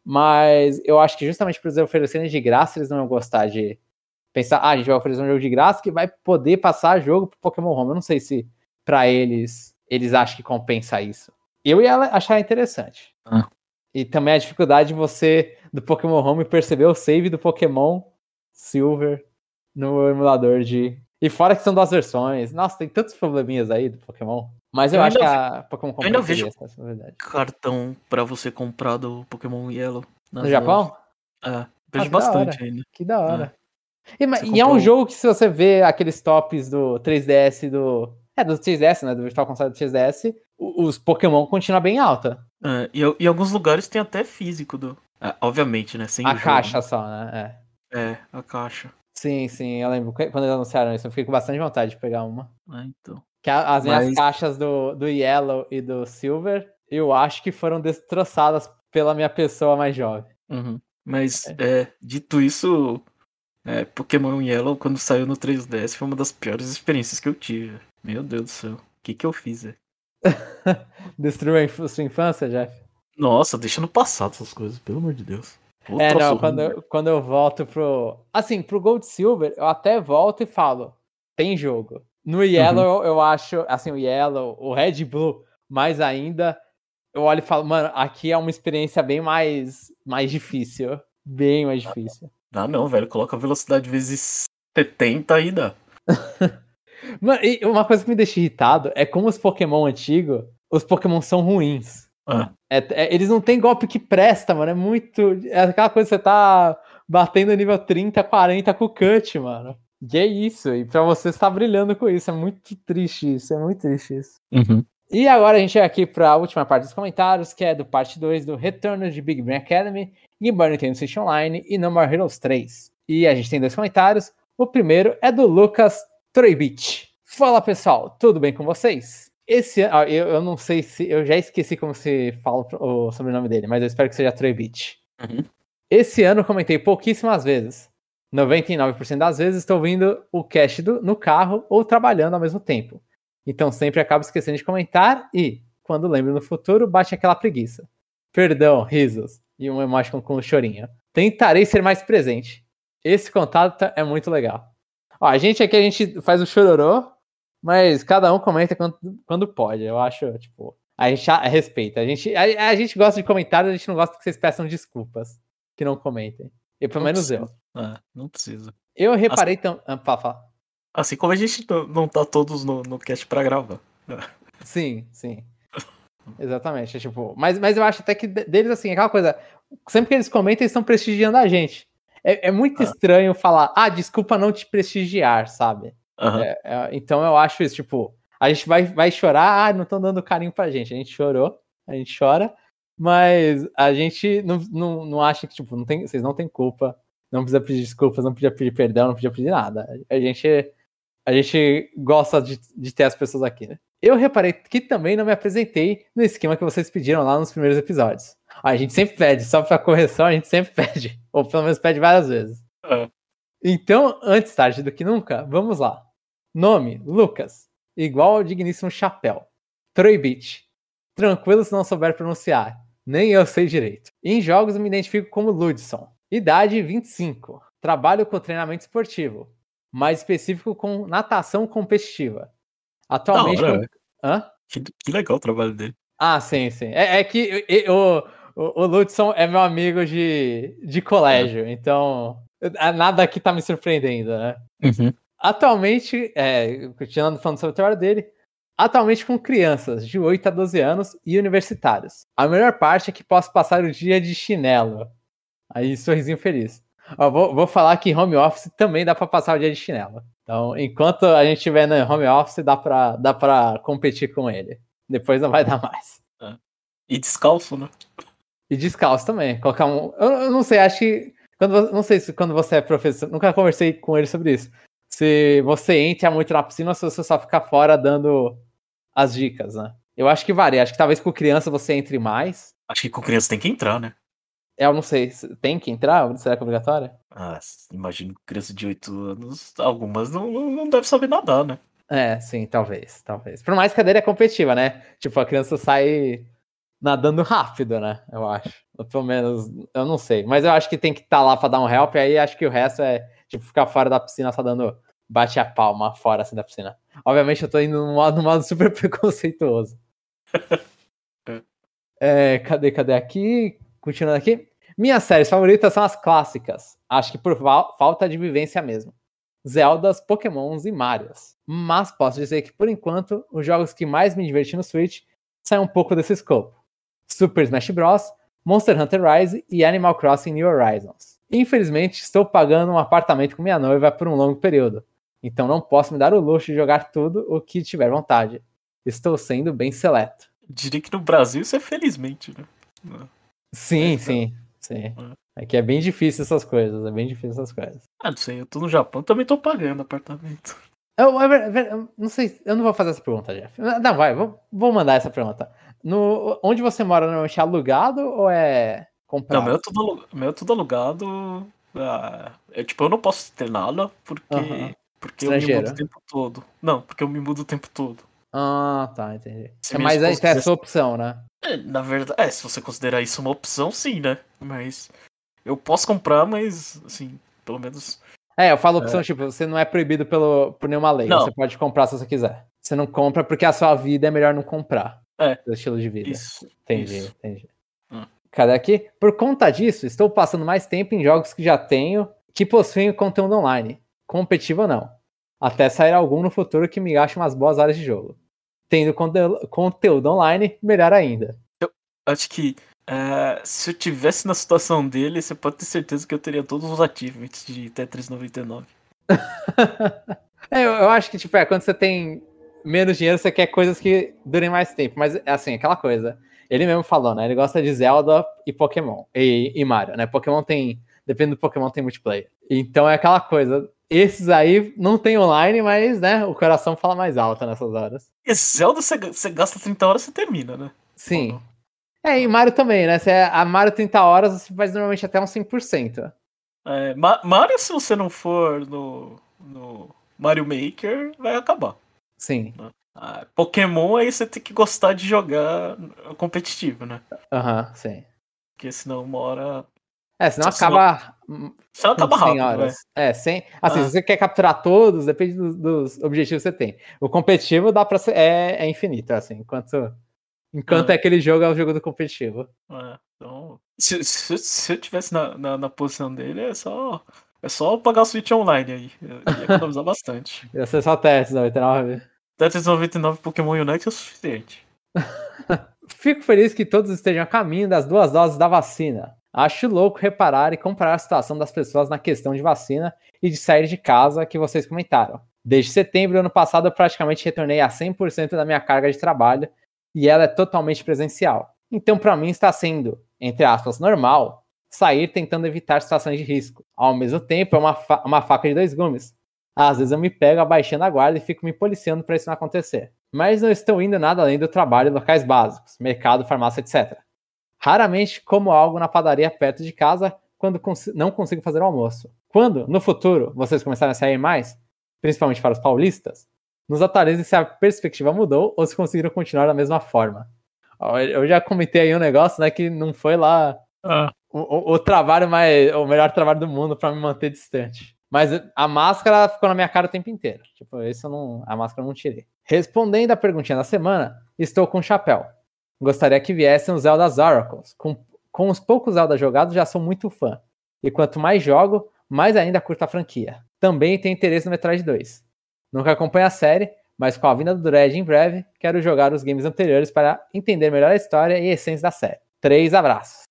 Mas eu acho que justamente por eles oferecerem de graça, eles não vão gostar de pensar, ah, a gente vai oferecer um jogo de graça que vai poder passar jogo pro Pokémon Home. Eu não sei se pra eles, eles acham que compensa isso. Eu ia achar interessante. Ah. E também a dificuldade de você, do Pokémon Home, perceber o save do Pokémon Silver no emulador de... E fora que são duas versões. Nossa, tem tantos probleminhas aí do Pokémon. Mas eu, eu acho que a Pokémon Company... Eu ainda vejo essa, é cartão pra você comprar do Pokémon Yellow. No Japão? É, vejo ah, bastante ainda. Que da hora. É. E, e é um jogo que, se você vê aqueles tops do três D S do... É, do três D S, né? Do Virtual Console do três D S, os Pokémon continuam bem alta. É, e em alguns lugares tem até físico do... É, obviamente, né? Sem a jogo, caixa né? só, né? É. é, a caixa. Sim, sim. Eu lembro quando eles anunciaram isso. Eu fiquei com bastante vontade de pegar uma. É, então... Que as minhas Mas... caixas do, do Yellow e do Silver, eu acho que foram destroçadas pela minha pessoa mais jovem. Uhum. Mas, é. É, dito isso, é, Pokémon Yellow, quando saiu no três D S, foi uma das piores experiências que eu tive. Meu Deus do céu. O que que eu fiz, é? Destruiu a sua infância, Jeff? Nossa, deixa no passado essas coisas, pelo amor de Deus. Outro é, não, quando eu, quando eu volto pro... Assim, pro Gold Silver, eu até volto e falo, tem jogo. No Yellow, uhum. eu acho, assim, o Yellow, o Red Blue, mais ainda, eu olho e falo, mano, aqui é uma experiência bem mais, mais difícil. Bem mais difícil. Dá não, velho. Coloca a velocidade vezes setenta aí dá. Mano, e uma coisa que me deixa irritado é como os Pokémon antigos, os Pokémon são ruins. Ah. É, é, eles não tem golpe que presta, mano. É muito... É aquela coisa que você tá batendo nível trinta, quarenta com o Cut, mano. E é isso, e pra você estar brilhando com isso, é muito triste isso, é muito triste isso. Uhum. E agora a gente é aqui pra última parte dos comentários, que é do parte dois do Retorno de Big Brain Academy, Game Boy Nintendo Switch Online e No More Heroes três. E a gente tem dois comentários, o primeiro é do Lucas Troibit. Fala pessoal, tudo bem com vocês? Esse ano, eu, eu não sei se, eu já esqueci como se fala o sobrenome dele, mas eu espero que seja Troibit. Uhum. Esse ano eu comentei pouquíssimas vezes. noventa e nove por cento das vezes estou ouvindo o cast do, no carro ou trabalhando ao mesmo tempo. Então sempre acabo esquecendo de comentar e, quando lembro no futuro, bate aquela preguiça. Perdão, risos. E um emoji com, com um chorinho. Tentarei ser mais presente. Esse contato é muito legal. Ó, a gente aqui, a gente faz o chororô, mas cada um comenta quando, quando pode. Eu acho, tipo, a gente a, a respeita. A gente, a, a gente gosta de comentários, a gente não gosta que vocês peçam desculpas. Que não comentem. E pelo não menos precisa. eu. Ah, não precisa. Eu reparei assim, tam... ah, fala, fala. Assim como a gente não tá todos no, no cast pra gravar. Sim, sim. Exatamente. É, tipo, mas, mas eu acho até que deles, assim, aquela coisa. Sempre que eles comentam, eles estão prestigiando a gente. É, é muito ah. estranho falar, ah, desculpa não te prestigiar, sabe? Uhum. É, é, então eu acho isso, tipo, a gente vai, vai chorar, ah, não estão dando carinho pra gente. A gente chorou, a gente chora, mas a gente não, não, não acha que, tipo, não tem, vocês não têm culpa. Não precisa pedir desculpas, não precisa pedir perdão, não precisa pedir nada. A gente, a gente gosta de, de ter as pessoas aqui, né? Eu reparei que também não me apresentei no esquema que vocês pediram lá nos primeiros episódios. A gente sempre pede, só pra correção, a gente sempre pede. Ou pelo menos pede várias vezes. É. Então, antes tarde do que nunca, vamos lá. Nome, Lucas. Igual ao digníssimo chapéu. Troibit. Tranquilo se não souber pronunciar. Nem eu sei direito. Em jogos eu me identifico como Ludson. Idade vinte e cinco. Trabalho com treinamento esportivo. mais específico com natação competitiva. Atualmente... Da hora, com... velho. Hã? Que, que legal o trabalho dele. Ah, sim, sim. É, é que e- o, o, o Lutzon é meu amigo de, de colégio, então é, nada aqui tá me surpreendendo, né? Uhum. Atualmente, é, continuando falando sobre o trabalho dele, atualmente com crianças de oito a doze anos e universitários. A melhor parte é que posso passar o dia de chinelo. Aí, sorrisinho feliz. Ó, vou, vou falar que em home office também dá pra passar o dia de chinelo. Então, enquanto a gente estiver no home office, dá pra, dá pra competir com ele. Depois não vai dar mais. É. E descalço, né? E descalço também. Colocar um. Eu, eu não sei, acho que. Quando, não sei se quando você é professor. Nunca conversei com ele sobre isso. Se você entra muito na piscina ou se você só fica fora dando as dicas, né? Eu acho que varia. Acho que talvez com criança você entre mais. Acho que com criança tem que entrar, né? Eu não sei. Tem que entrar? Será que é obrigatório? Ah, imagino que criança de oito anos, algumas não, não, não deve saber nadar, né? É, sim, talvez, talvez. Por mais que a dele é competitiva, né? Tipo, a criança sai nadando rápido, né? Eu acho. Ou pelo menos, eu não sei. Mas eu acho que tem que estar lá pra dar um help, aí acho que o resto é, tipo, ficar fora da piscina só dando bate a palma fora, assim, da piscina. Obviamente eu tô indo no modo, no modo super preconceituoso. É, cadê, cadê aqui? Continuando aqui. Minhas séries favoritas são as clássicas. Acho que por fa- falta de vivência mesmo. Zeldas, Pokémons e Marios. Mas posso dizer que, por enquanto, os jogos que mais me diverti no Switch saem um pouco desse escopo. Super Smash Bros., Monster Hunter Rise e Animal Crossing New Horizons. Infelizmente, estou pagando um apartamento com minha noiva por um longo período, então não posso me dar o luxo de jogar tudo o que tiver vontade. Estou sendo bem seleto. Diria que no Brasil isso é felizmente, né? Sim, É, sim, sim. é. É que é bem difícil essas coisas, é bem difícil essas coisas. Ah, não sei, eu tô no Japão, também tô pagando apartamento. Eu, eu, eu, eu não sei, eu não vou fazer essa pergunta, Jeff. Não, vai, vou, vou mandar essa pergunta. No, onde você mora, normalmente é alugado ou é comprado? Não, meu é tudo, alu- meu é tudo alugado. Ah, é, tipo, eu não posso ter nada porque, Uhum. porque eu me mudo Estrangeiro. o tempo todo. Não, porque eu me mudo o tempo todo. Ah, tá, entendi. Se É minha mais aí esposa tem a quisesse- sua opção, né? É, na verdade, é, se você considerar isso uma opção, sim, né? Mas eu posso comprar, mas, assim, pelo menos. É, eu falo opção, É. tipo, você não é proibido pelo, por nenhuma lei. Não, Você pode comprar se você quiser. Você não compra porque a sua vida é melhor não comprar. é. Seu estilo de vida. Isso. Entendi, Isso. entendi. Hum. Cadê aqui? Por conta disso, estou passando mais tempo em jogos que já tenho, que possuem conteúdo online. Competitivo ou não. Até sair algum no futuro que me gaste umas boas horas de jogo. Tendo conte- conteúdo online, melhor ainda. Acho que é, se eu tivesse na situação dele, você pode ter certeza que eu teria todos os achievements de Tetris noventa e nove. É, eu, eu acho que, tipo, é, quando você tem menos dinheiro, você quer coisas que durem mais tempo. Mas, assim, aquela coisa. Ele mesmo falou, né? Ele gosta de Zelda e Pokémon. E, e Mario, né? Pokémon tem... Depende do Pokémon, tem multiplayer. Então é aquela coisa. Esses aí não tem online, mas, né? O coração fala mais alto nessas horas. E Zelda, você, você gasta trinta horas e você termina, né? Sim. É, e Mario também, né? Se é a Mario trinta horas, você faz normalmente até uns cem por cento. É, Ma- Mario, se você não for no, no Mario Maker, vai acabar. Sim. Ah, Pokémon, aí você tem que gostar de jogar competitivo, né? Aham, uhum, sim. Porque senão uma hora. É, senão Senão, acaba. senão acaba cem rápido, horas. vai. É, cem. Assim, Ah. se você quer capturar todos, depende dos, dos objetivos que você tem. O competitivo dá pra ser, é, é infinito, assim. Enquanto, enquanto Ah. é aquele jogo, é o jogo do competitivo. É, então, se, se, se eu tivesse na, na, na posição dele, é só, é só pagar o Switch online aí. Ia economizar bastante. Ia ser só Tetris noventa e nove. Tetris noventa e nove Pokémon Unite é o suficiente. Fico feliz que todos estejam a caminho das duas doses da vacina. Acho louco reparar e comparar a situação das pessoas na questão de vacina e de sair de casa que vocês comentaram. Desde setembro do ano passado eu praticamente retornei a cem por cento da minha carga de trabalho e ela é totalmente presencial. Então para mim está sendo, entre aspas, normal sair tentando evitar situações de risco. Ao mesmo tempo é uma, fa- uma faca de dois gumes. Às vezes eu me pego abaixando a guarda e fico me policiando para isso não acontecer. Mas não estou indo nada além do trabalho em locais básicos, mercado, farmácia, etcétera. Raramente como algo na padaria perto de casa quando cons- não consigo fazer o almoço. Quando, no futuro, vocês começarem a sair mais, principalmente para os paulistas, nos atualizem se a perspectiva mudou ou se conseguiram continuar da mesma forma. Eu já comentei aí um negócio, né, que não foi lá Ah. o, o, o trabalho mais, o melhor trabalho do mundo para me manter distante. Mas a máscara ficou na minha cara o tempo inteiro. Tipo, isso eu não, a máscara eu não tirei. Respondendo a perguntinha da semana, estou com chapéu. Gostaria que viessem os Zelda Oracles. Com, com os poucos Zelda jogados, já sou muito fã. E quanto mais jogo, mais ainda curto a franquia. Também tenho interesse no Metroid dois. Nunca acompanho a série, mas com a vinda do Dread em breve, quero jogar os games anteriores para entender melhor a história e a essência da série. Três abraços.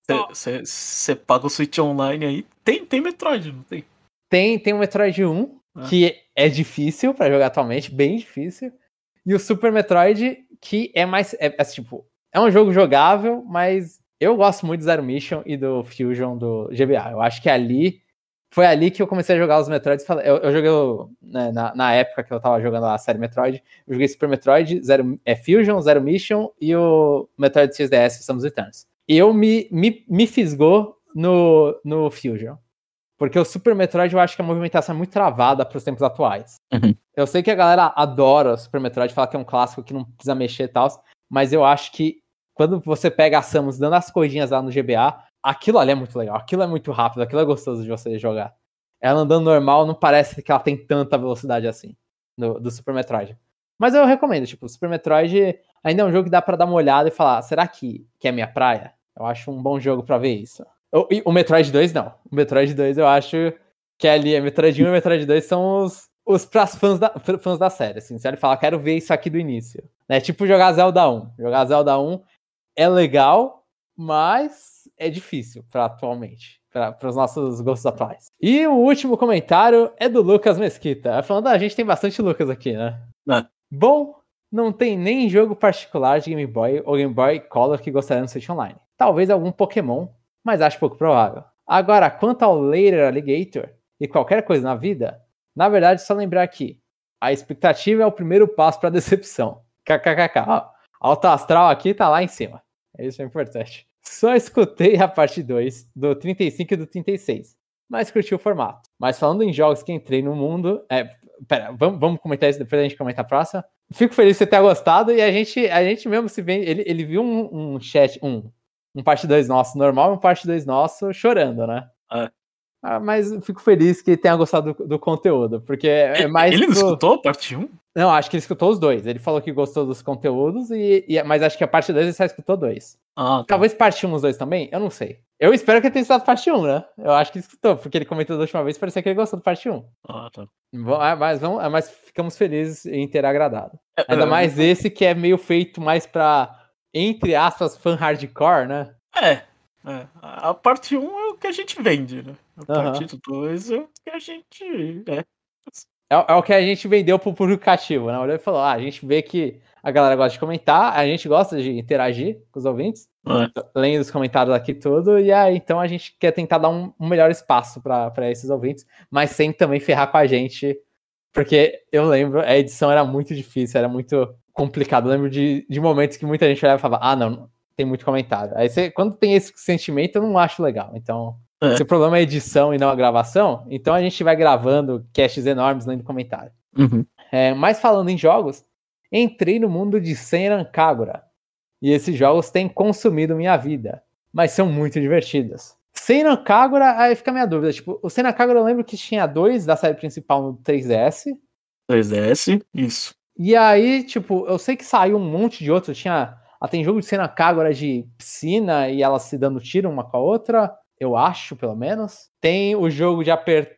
Você paga o Switch Online aí, tem, tem Metroid, não tem? Tem, tem o Metroid um, ah. que é difícil pra jogar atualmente, bem difícil. E o Super Metroid, que é mais... É, é, tipo, é um jogo jogável, mas eu gosto muito do Zero Mission e do Fusion do G B A. Eu acho que ali... Foi ali que eu comecei a jogar os Metroids. Eu, eu joguei, né, na, na época que eu tava jogando a série Metroid, eu joguei Super Metroid, Zero, é, Fusion, Zero Mission e o Metroid X D S Samus Returns. E eu me, me, me fisgou no, no Fusion. Porque o Super Metroid eu acho que a movimentação é muito travada para os tempos atuais. Uhum. Eu sei que a galera adora o Super Metroid, fala que é um clássico que não precisa mexer e tal, mas eu acho que quando você pega a Samus dando as coisinhas lá no G B A, aquilo ali é muito legal, aquilo é muito rápido, aquilo é gostoso de você jogar. Ela andando normal, não parece que ela tem tanta velocidade assim, do, do Super Metroid. Mas eu recomendo, tipo, o Super Metroid ainda é um jogo que dá pra dar uma olhada e falar, será que, que é minha praia? Eu acho um bom jogo pra ver isso. O, o Metroid dois, não. O Metroid dois eu acho que ali, é Metroid um e Metroid dois são os, os pras fãs da, fãs da série, assim. Se ele falar, quero ver isso aqui do início. É tipo jogar Zelda um. Jogar Zelda um é legal, mas é difícil pra atualmente. Para os nossos gostos atuais. E o último comentário é do Lucas Mesquita. Falando, ah, a gente tem bastante Lucas aqui, né? É. Bom, não tem nem jogo particular de Game Boy ou Game Boy Color que gostaria no Switch Online. Talvez algum Pokémon, mas acho pouco provável. Agora, quanto ao Later Alligator e qualquer coisa na vida, na verdade, só lembrar que a expectativa é o primeiro passo para a decepção. KKKK. Ó, Alto Astral aqui tá lá em cima. Isso é importante. Só escutei a parte dois do trinta e cinco e do trinta e seis, mas curti o formato. Mas falando em jogos que entrei no mundo... É, pera, vamos, vamos comentar isso depois a gente comenta a próxima. Fico feliz de você ter gostado e a gente, a gente mesmo se vê... Ele, ele viu um, um chat, um, um parte dois nosso normal e um parte dois nosso chorando, né? É. Ah, mas fico feliz que tenha gostado do, do conteúdo, porque é mais... Ele não pro... escutou a parte um? Não, acho que ele escutou os dois. Ele falou que gostou dos conteúdos, e, e mas acho que a parte dois ele só escutou dois. Ah, tá. Talvez parte um os dois também? Eu não sei. Eu espero que ele tenha escutado parte um, né? Eu acho que ele escutou, porque ele comentou da última vez, parecia que ele gostou do parte um. Ah, tá. Mas, vamos, mas ficamos felizes em ter agradado. Ainda mais esse que é meio feito mais pra, entre aspas, fã hardcore, né? É. É. A parte um é o que a gente vende, né? A parte Uhum. dois é o que a gente... É. É, é o que a gente vendeu pro público cativo, né? Olhou e falou, ah, a gente vê que a galera gosta de comentar, a gente gosta de interagir com os ouvintes, É. lendo os comentários aqui tudo, e aí então a gente quer tentar dar um, um melhor espaço para esses ouvintes, mas sem também ferrar com a gente, porque eu lembro, a edição era muito difícil, era muito complicado. Eu lembro de, de momentos que muita gente olhava e falava, ah, não, tem muito comentário. Aí você, quando tem esse sentimento, eu não acho legal. Então, é. Se o problema é a edição e não a gravação, então a gente vai gravando casts enormes lendo comentário. Uhum. É, mas falando em jogos, entrei no mundo de Senran Kagura. E esses jogos têm consumido minha vida, mas são muito divertidos. Senran Kagura, aí fica a minha dúvida. Tipo, o Senran Kagura eu lembro que tinha dois da série principal no três D S. três D S, isso. E aí, tipo, eu sei que saiu um monte de outros. Tinha. Ah, tem jogo de Senran Kagura de piscina e elas se dando tiro uma com a outra. Eu acho, pelo menos. Tem o jogo de apertar.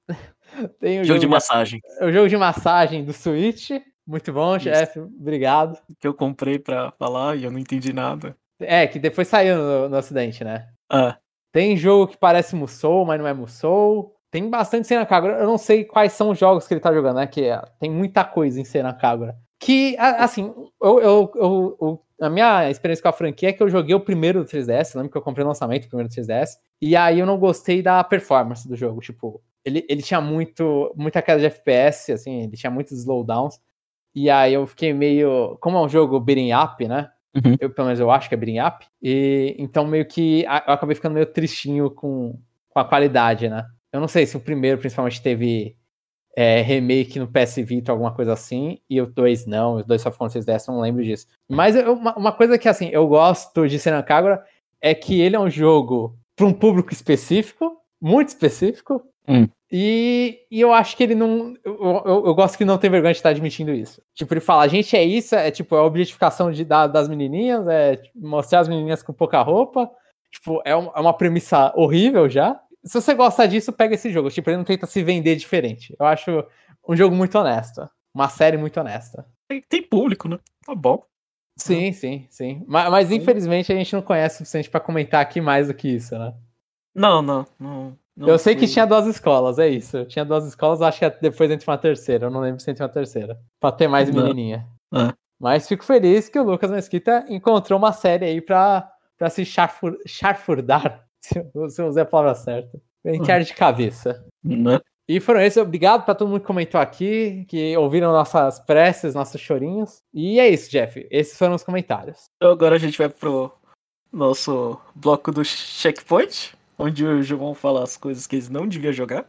Tem o jogo, jogo de massagem. De... O jogo de massagem do Switch. Muito bom, chefe. Obrigado. Que eu comprei pra falar e eu não entendi nada. É, que depois saiu no, no ocidente, né? Ah. Tem jogo que parece Musou, mas não é Musou. Tem bastante Senran Kagura. Eu não sei quais são os jogos que ele tá jogando, né? Que é, tem muita coisa em Senran Kagura. Que, assim, eu, eu, eu, eu, a minha experiência com a franquia é que eu joguei o primeiro do três D S. Eu lembro que eu comprei no lançamento o primeiro do três D S. E aí eu não gostei da performance do jogo. Tipo, ele, ele tinha muito, muita queda de F P S, assim, ele tinha muitos slowdowns. E aí eu fiquei meio... Como é um jogo beating up, né? Uhum. Eu, pelo menos eu acho que é beating up. E então meio que eu acabei ficando meio tristinho com, com a qualidade, né? Eu não sei se o primeiro principalmente teve é, remake no P S Vita, alguma coisa assim. E o dois não, os dois só foram no três D S, eu não lembro disso. Mas eu, uma, uma coisa que assim, eu gosto de Senran Kagura é que ele é um jogo para um público específico, muito específico. Hum. E, e eu acho que ele não... Eu, eu, eu gosto que ele não tem vergonha de estar admitindo isso. Tipo, ele fala, a gente é isso, é tipo, é a objetificação de, da, das menininhas, é tipo, mostrar as menininhas com pouca roupa. Tipo, é, um, é uma premissa horrível já. Se você gosta disso, pega esse jogo. Tipo, ele não tenta se vender diferente. Eu acho um jogo muito honesto. Uma série muito honesta. Tem, tem público, né? Tá bom. Sim, sim, sim. Mas, mas infelizmente a gente não conhece o suficiente pra comentar aqui mais do que isso, né? Não, não, não. não eu sei fui. que tinha duas escolas, é isso. Eu tinha duas escolas, acho que depois entra uma terceira. Eu não lembro se entra uma terceira. Pra ter mais Não. menininha. É. Mas fico feliz que o Lucas Mesquita encontrou uma série aí pra, pra se charfur, charfurdar. Se eu, se eu usar a palavra certa. Enquer de cabeça. Né? E foram esses. Obrigado pra todo mundo que comentou aqui, que ouviram nossas preces, nossos chorinhos. E é isso, Jeff. Esses foram os comentários. Então agora a gente vai pro nosso bloco do checkpoint, onde o João fala as coisas que eles não deviam jogar.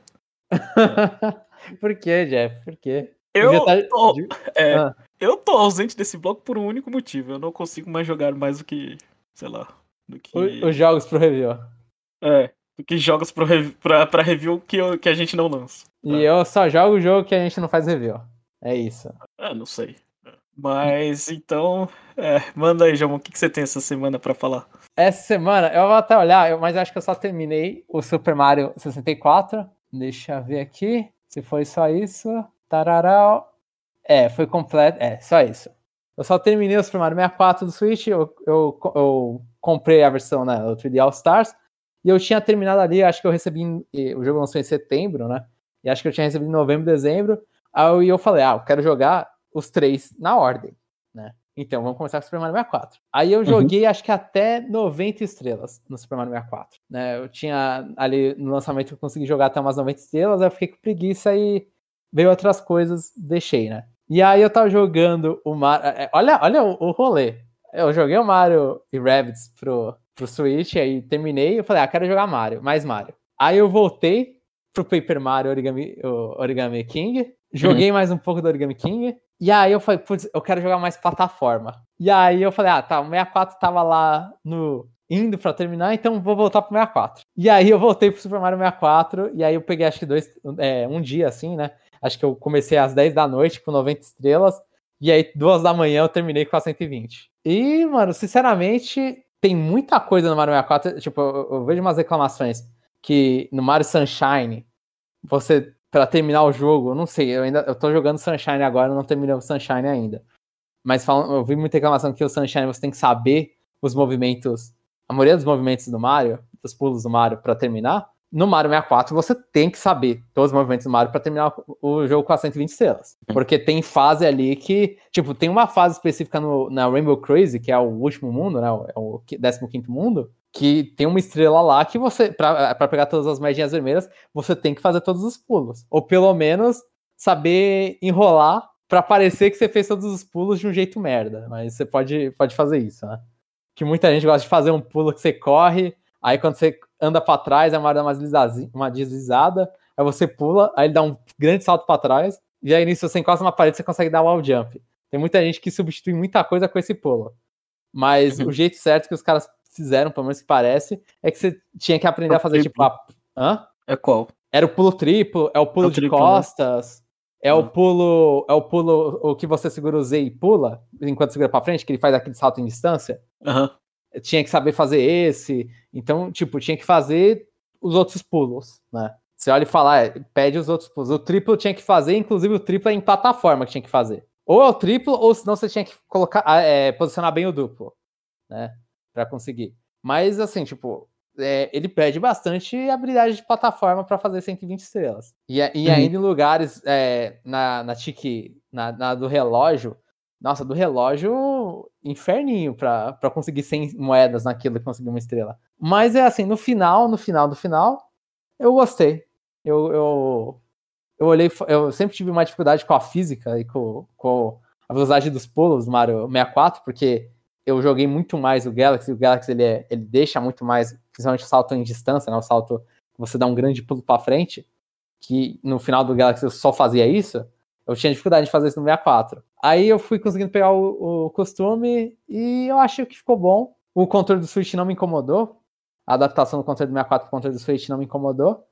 Por que, Jeff? Por quê? Eu tá... tô, é, ah. eu tô ausente desse bloco por um único motivo. Eu não consigo mais jogar mais do que, sei lá, do que... O, os jogos pro review. É, do que jogos pro rev... pra, pra review que, eu, que a gente não lança. Tá? E eu só jogo o jogo que a gente não faz review. É isso. Ah, não sei. Mas então, é, manda aí, João, o que, que você tem essa semana pra falar? Essa semana, eu vou até olhar, mas acho que eu só terminei o Super Mario sessenta e quatro. Deixa eu ver aqui se foi só isso. Tararau. É, foi completo. É, só isso. Eu só terminei o Super Mario sessenta e quatro do Switch. Eu, eu, eu comprei a versão, né, o três D All Stars. E eu tinha terminado ali, acho que eu recebi. O jogo lançou em setembro, né? E acho que eu tinha recebido em novembro, dezembro. Aí eu falei, ah, eu quero jogar os três na ordem, né? Então, vamos começar com o Super Mario sessenta e quatro. Aí eu joguei, uhum. acho que até noventa estrelas no Super Mario sessenta e quatro. Né? Eu tinha, ali no lançamento, eu consegui jogar até umas noventa estrelas, aí eu fiquei com preguiça e veio outras coisas, deixei, né? E aí eu tava jogando o Mario... Olha, olha o, o rolê. Eu joguei o Mario e Rabbids pro, pro Switch, aí terminei, eu falei, ah, quero jogar Mario, mais Mario. Aí eu voltei pro Paper Mario Origami, Origami King, joguei uhum. mais um pouco do Origami King, e aí eu falei, putz, eu quero jogar mais plataforma. E aí eu falei, ah, tá, o sessenta e quatro tava lá no indo pra terminar, então vou voltar pro sessenta e quatro. E aí eu voltei pro Super Mario sessenta e quatro, e aí eu peguei acho que dois, é, um dia assim, né? Acho que eu comecei às dez da noite com noventa estrelas, e aí duas da manhã eu terminei com a cento e vinte. E, mano, sinceramente, tem muita coisa no Mario sessenta e quatro, tipo, eu, eu vejo umas reclamações que no Mario Sunshine, você... Pra terminar o jogo, eu não sei, eu ainda eu tô jogando Sunshine agora, eu não terminei o Sunshine ainda. Mas falam, eu vi muita reclamação que o Sunshine você tem que saber os movimentos, a maioria dos movimentos do Mario, dos pulos do Mario pra terminar. No Mario sessenta e quatro você tem que saber todos os movimentos do Mario pra terminar o jogo com as cento e vinte estrelas. Porque tem fase ali que, tipo, tem uma fase específica no, na Rainbow Crazy, que é o último mundo, né, é o décimo quinto mundo, que tem uma estrela lá que você, pra, pra pegar todas as moedinhas vermelhas, você tem que fazer todos os pulos. Ou pelo menos saber enrolar pra parecer que você fez todos os pulos de um jeito merda. Mas você pode, pode fazer isso, né? Que muita gente gosta de fazer um pulo que você corre, aí quando você anda pra trás, a Mario dá uma deslizada, aí você pula, aí ele dá um grande salto pra trás, e aí nisso você encosta na parede, você consegue dar wall jump. Tem muita gente que substitui muita coisa com esse pulo. Mas uhum. o jeito certo que os caras fizeram, pelo menos que parece, é que você tinha que aprender é a fazer triplo. tipo a... Hã? É qual? Era o pulo triplo, é o pulo é o de triplo, costas, né? é ah. o pulo, é o pulo o que você segura o Z e pula, enquanto segura pra frente, que ele faz aquele salto em distância. Uhum. Tinha que saber fazer esse, então, tipo, tinha que fazer os outros pulos, né? Você olha e fala, é, pede os outros pulos. O triplo tinha que fazer, inclusive o triplo é em plataforma que tinha que fazer. Ou é o triplo, ou senão você tinha que colocar, é, posicionar bem o duplo, né? Pra conseguir. Mas, assim, tipo, é, ele pede bastante habilidade de plataforma pra fazer cento e vinte estrelas. E, e uhum. ainda em lugares, é, na, na tique, na, na do relógio, nossa, do relógio, inferninho pra, pra conseguir cem moedas naquilo e conseguir uma estrela. Mas é assim, no final, no final do final, eu gostei. Eu, eu, eu olhei, eu sempre tive uma dificuldade com a física e com, com a velocidade dos pulos do Mario sessenta e quatro, porque eu joguei muito mais o Galaxy, o Galaxy ele, é, ele deixa muito mais, principalmente o salto em distância, né, o salto que você dá um grande pulo pra frente, que no final do Galaxy eu só fazia isso, eu tinha dificuldade de fazer isso no sessenta e quatro. Aí eu fui conseguindo pegar o, o costume e eu acho que ficou bom. O controle do Switch não me incomodou, a adaptação do controle do sessenta e quatro pro controle do Switch não me incomodou.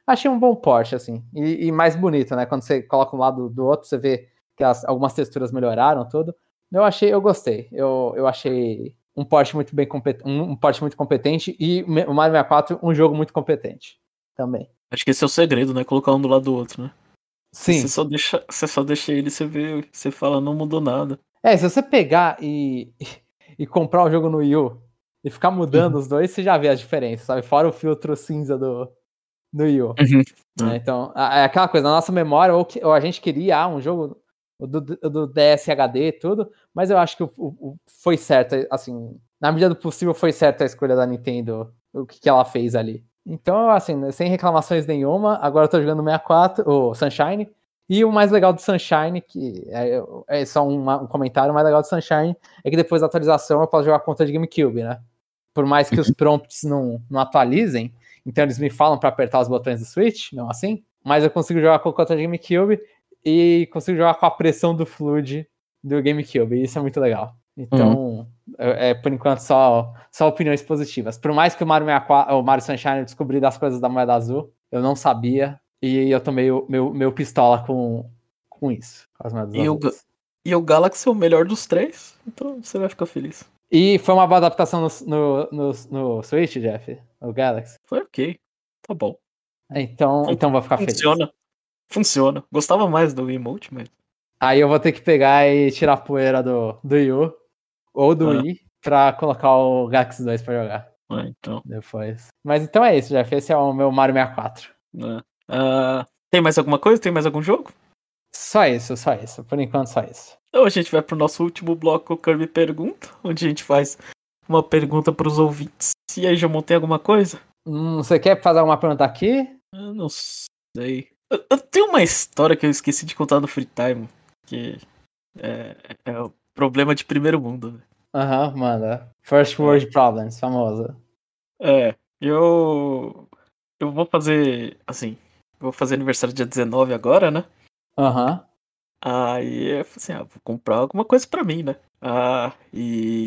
Achei um bom porte, assim. E, e mais bonito, né? Quando você coloca um lado do outro, você vê que as, algumas texturas melhoraram, tudo. Eu achei, eu gostei. Eu, eu achei um porte muito bem competente, um, um porte muito competente e o Mario sessenta e quatro um jogo muito competente também. Acho que esse é o segredo, né? Colocar um do lado do outro, né? Se Sim. você só deixa, você só deixa ele, você vê, você fala, não mudou nada. É, se você pegar e, e comprar o jogo no Wii U e ficar mudando Uhum. os dois, você já vê as diferenças, sabe? Fora o filtro cinza do, do Wii U. Uhum. Né? Então, é aquela coisa, na nossa memória, ou, que, ou a gente queria ah, um jogo do, do D S H D e tudo, mas eu acho que o, o, foi certo, assim, na medida do possível foi certa a escolha da Nintendo, o que, que ela fez ali. Então, assim, sem reclamações nenhuma, agora eu tô jogando o sessenta e quatro, o Sunshine, e o mais legal do Sunshine, que é, é só um, um comentário, o mais legal do Sunshine é que depois da atualização eu posso jogar a conta de GameCube, né? Por mais que os prompts não, não atualizem, então eles me falam para apertar os botões do Switch, não assim, mas eu consigo jogar com a conta de GameCube e consigo jogar com a pressão do Flood do GameCube, e isso é muito legal. Então, uhum. é, é por enquanto só, só opiniões positivas. Por mais que o Mario, sessenta e quatro, o Mario Sunshine eu descobri das coisas da moeda azul, eu não sabia, e eu tomei o meu, meu pistola com, com isso, com as moedas e, o, e o Galaxy é o melhor dos três, então você vai ficar feliz. E foi uma boa adaptação no, no, no, no Switch, Jeff? O Galaxy? Foi ok. Tá bom. Então, Fun- então vou ficar funciona. feliz. Funciona. Funciona. Gostava mais do emote, mas... Aí eu vou ter que pegar e tirar a poeira do, do Wii U ou do ah. Wii pra colocar o Galaxy dois pra jogar. Ah, então. Depois. Mas então é isso, Jeff. Esse é o meu Mario sessenta e quatro. Ah. Uh, tem mais alguma coisa? Tem mais algum jogo? Só isso, só isso. Por enquanto, só isso. Então a gente vai pro nosso último bloco, o Kirby Pergunta, onde a gente faz uma pergunta pros ouvintes. E aí, Jamon, tem alguma coisa? Hum, você quer fazer alguma pergunta aqui? Eu não sei. Eu, eu tenho uma história que eu esqueci de contar no Free Time, que é, é o problema de primeiro mundo. Aham, uhum, manda. First World é. Problems, famosa. É, eu... Eu vou fazer, assim, vou fazer aniversário dia dezenove agora, né? Aham. Uhum. Aí eu falei assim, ah, vou comprar alguma coisa pra mim, né? Ah, e,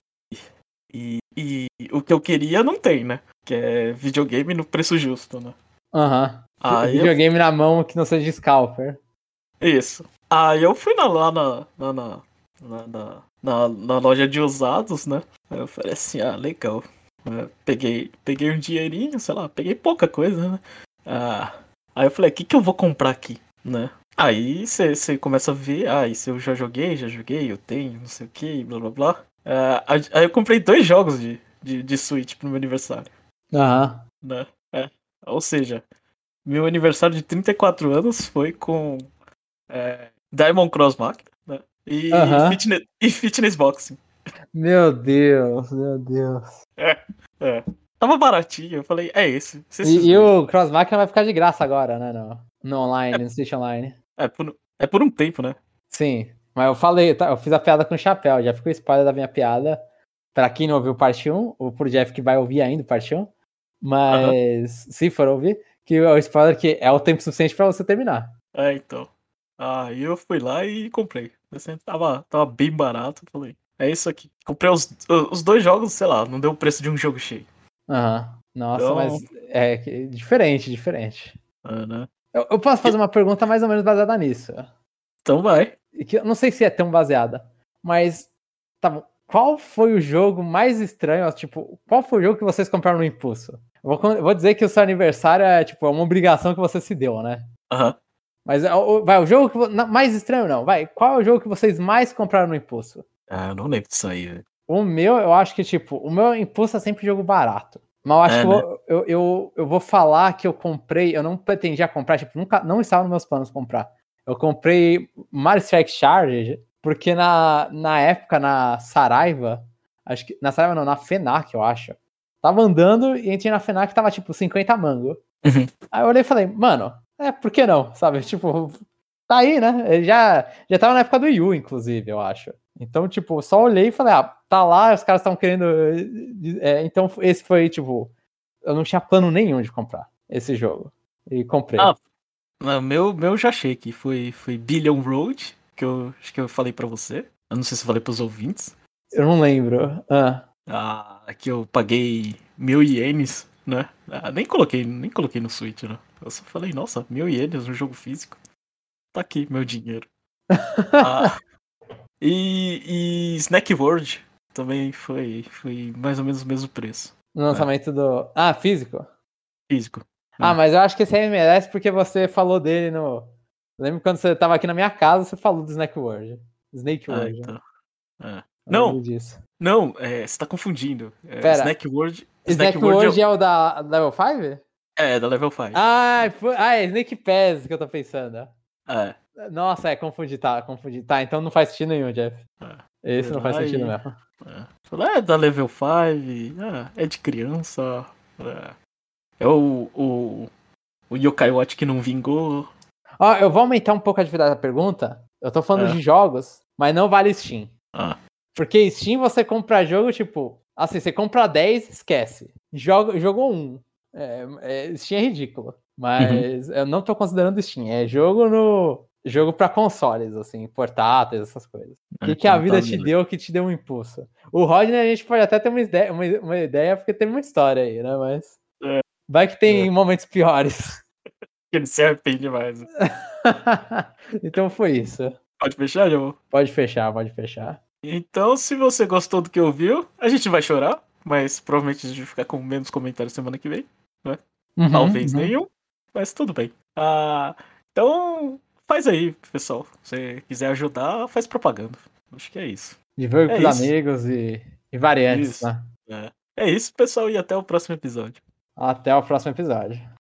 e, e o que eu queria não tem, né? Que é videogame no preço justo, né? Aham. Uhum. Videogame eu... na mão que não seja scalper. Isso. Aí eu fui na, lá na na, na, na, na, na loja de usados, né? Aí eu falei assim, ah, legal. Eu peguei, peguei um dinheirinho, sei lá, peguei pouca coisa, né? Ah, aí eu falei, o que, que eu vou comprar aqui, né? Aí você começa a ver, ah, isso eu já joguei, já joguei, eu tenho, não sei o que, blá blá blá. Uh, aí eu comprei dois jogos de, de, de Switch pro meu aniversário. Aham. Uhum. Né? É. Ou seja, meu aniversário de trinta e quatro anos foi com é, Diamond Cross Máquina, né? E, uhum. fitness, e Fitness Boxing. Meu Deus, meu Deus. É, é. Tava baratinho, eu falei, é esse. E, e o Cross Máquina vai ficar de graça agora, né? No, no online, é, no Switch Online. É por, é por um tempo, né? Sim, mas eu falei, tá, eu fiz a piada com o chapéu, já ficou spoiler da minha piada. Pra quem não ouviu parte um, ou pro Jeff que vai ouvir ainda parte um, mas uhum. se for ouvir, que é o spoiler que é o tempo suficiente pra você terminar. É, então. Aí eu fui lá e comprei. Assim, tava, tava bem barato, falei, é isso aqui. Comprei os, os dois jogos, sei lá, não deu o preço de um jogo cheio. Aham, uhum. Nossa, então... mas é diferente, diferente. É, né? Eu, eu posso fazer e... uma pergunta mais ou menos baseada nisso. Então vai. Que eu não sei se é tão baseada, mas tá bom. Qual foi o jogo mais estranho? Tipo, qual foi o jogo que vocês compraram no impulso? Eu vou, eu vou dizer que o seu aniversário é tipo é uma obrigação que você se deu, né? Aham. Uhum. Mas vai, o jogo que, não, mais estranho não, vai. Qual é o jogo que vocês mais compraram no impulso? Ah, eu não lembro disso aí, velho. O meu, eu acho que tipo, o meu impulso é sempre jogo barato. Mas eu acho é, que né? eu, eu, eu, eu vou falar que eu comprei, eu não pretendia comprar, tipo, nunca, não estava nos meus planos comprar. Eu comprei Mario Strike Charge, porque na, na época, na Saraiva, acho que, na Saraiva não, na FENAC, eu acho, tava andando e entrei na FENAC e tava, tipo, cinquenta mango. Uhum. Aí eu olhei e falei, mano, é, por que não, sabe? Tipo, tá aí, né? Ele já, já tava na época do Wii U, inclusive, eu acho. Então, tipo, só olhei e falei, ah, tá lá, os caras estavam querendo... É, então, esse foi, tipo, eu não tinha plano nenhum de comprar esse jogo. E comprei. Ah, o meu, meu já achei que foi, foi Billion Road, que eu acho que eu falei pra você. Eu não sei se eu falei pros ouvintes. Eu não lembro. Ah, ah que eu paguei mil ienes né? Ah, nem coloquei, nem coloquei no Switch, né? Eu só falei, nossa, mil ienes no jogo físico. Tá aqui, meu dinheiro. Ah, e, e Snack World também foi, foi mais ou menos o mesmo preço. No lançamento do. Ah, físico? Físico. Ah, É. mas eu acho que esse aí merece porque você falou dele no. Eu lembro quando você tava aqui na minha casa, você falou do Snack World. Snake Ah, World. então. É. Eu lembro Não, disso. não, é, você tá confundindo. É, Pera, Snack World. Snack World é o da Level cinco? É, da Level cinco. Ah, foi... ah, é Snake Pass que eu tô pensando. É. Nossa, é, confundi, tá, confundi. Tá, então não faz sentido nenhum, Jeff. É. Esse não faz Lá sentido e- mesmo. É. Fala, é da Level cinco. Ah, é de criança. É, é o, o, o Yokai Watch que não vingou. Ó, eu vou aumentar um pouco a atividade da pergunta. Eu tô falando É. de jogos, mas não vale Steam. Ah, Porque Steam você compra jogo, tipo, assim, você compra dez, esquece. Jogo, jogou um. É, é, Steam é ridículo. Mas eu não tô considerando Steam. É jogo no. Jogo pra consoles, assim, portáteis, essas coisas. O que, que a então vida tá te beleza. deu que te deu um impulso? O Rodney, a gente pode até ter uma ideia, uma, uma ideia porque teve uma história aí, né? Mas. É. Vai que tem É. momentos piores. Ele se arrepende mais. Então foi isso. Pode fechar, João? Pode fechar, pode fechar. Então, se você gostou do que ouviu, a gente vai chorar, mas provavelmente a gente vai ficar com menos comentários semana que vem, né? Uhum, Talvez uhum. nenhum, mas tudo bem. Ah, então, faz aí, pessoal. Se você quiser ajudar, faz propaganda. Acho que é isso. Divulgue É pros isso. amigos e, e variantes, Isso. né? É. É isso, pessoal, e até o próximo episódio. Até o próximo episódio.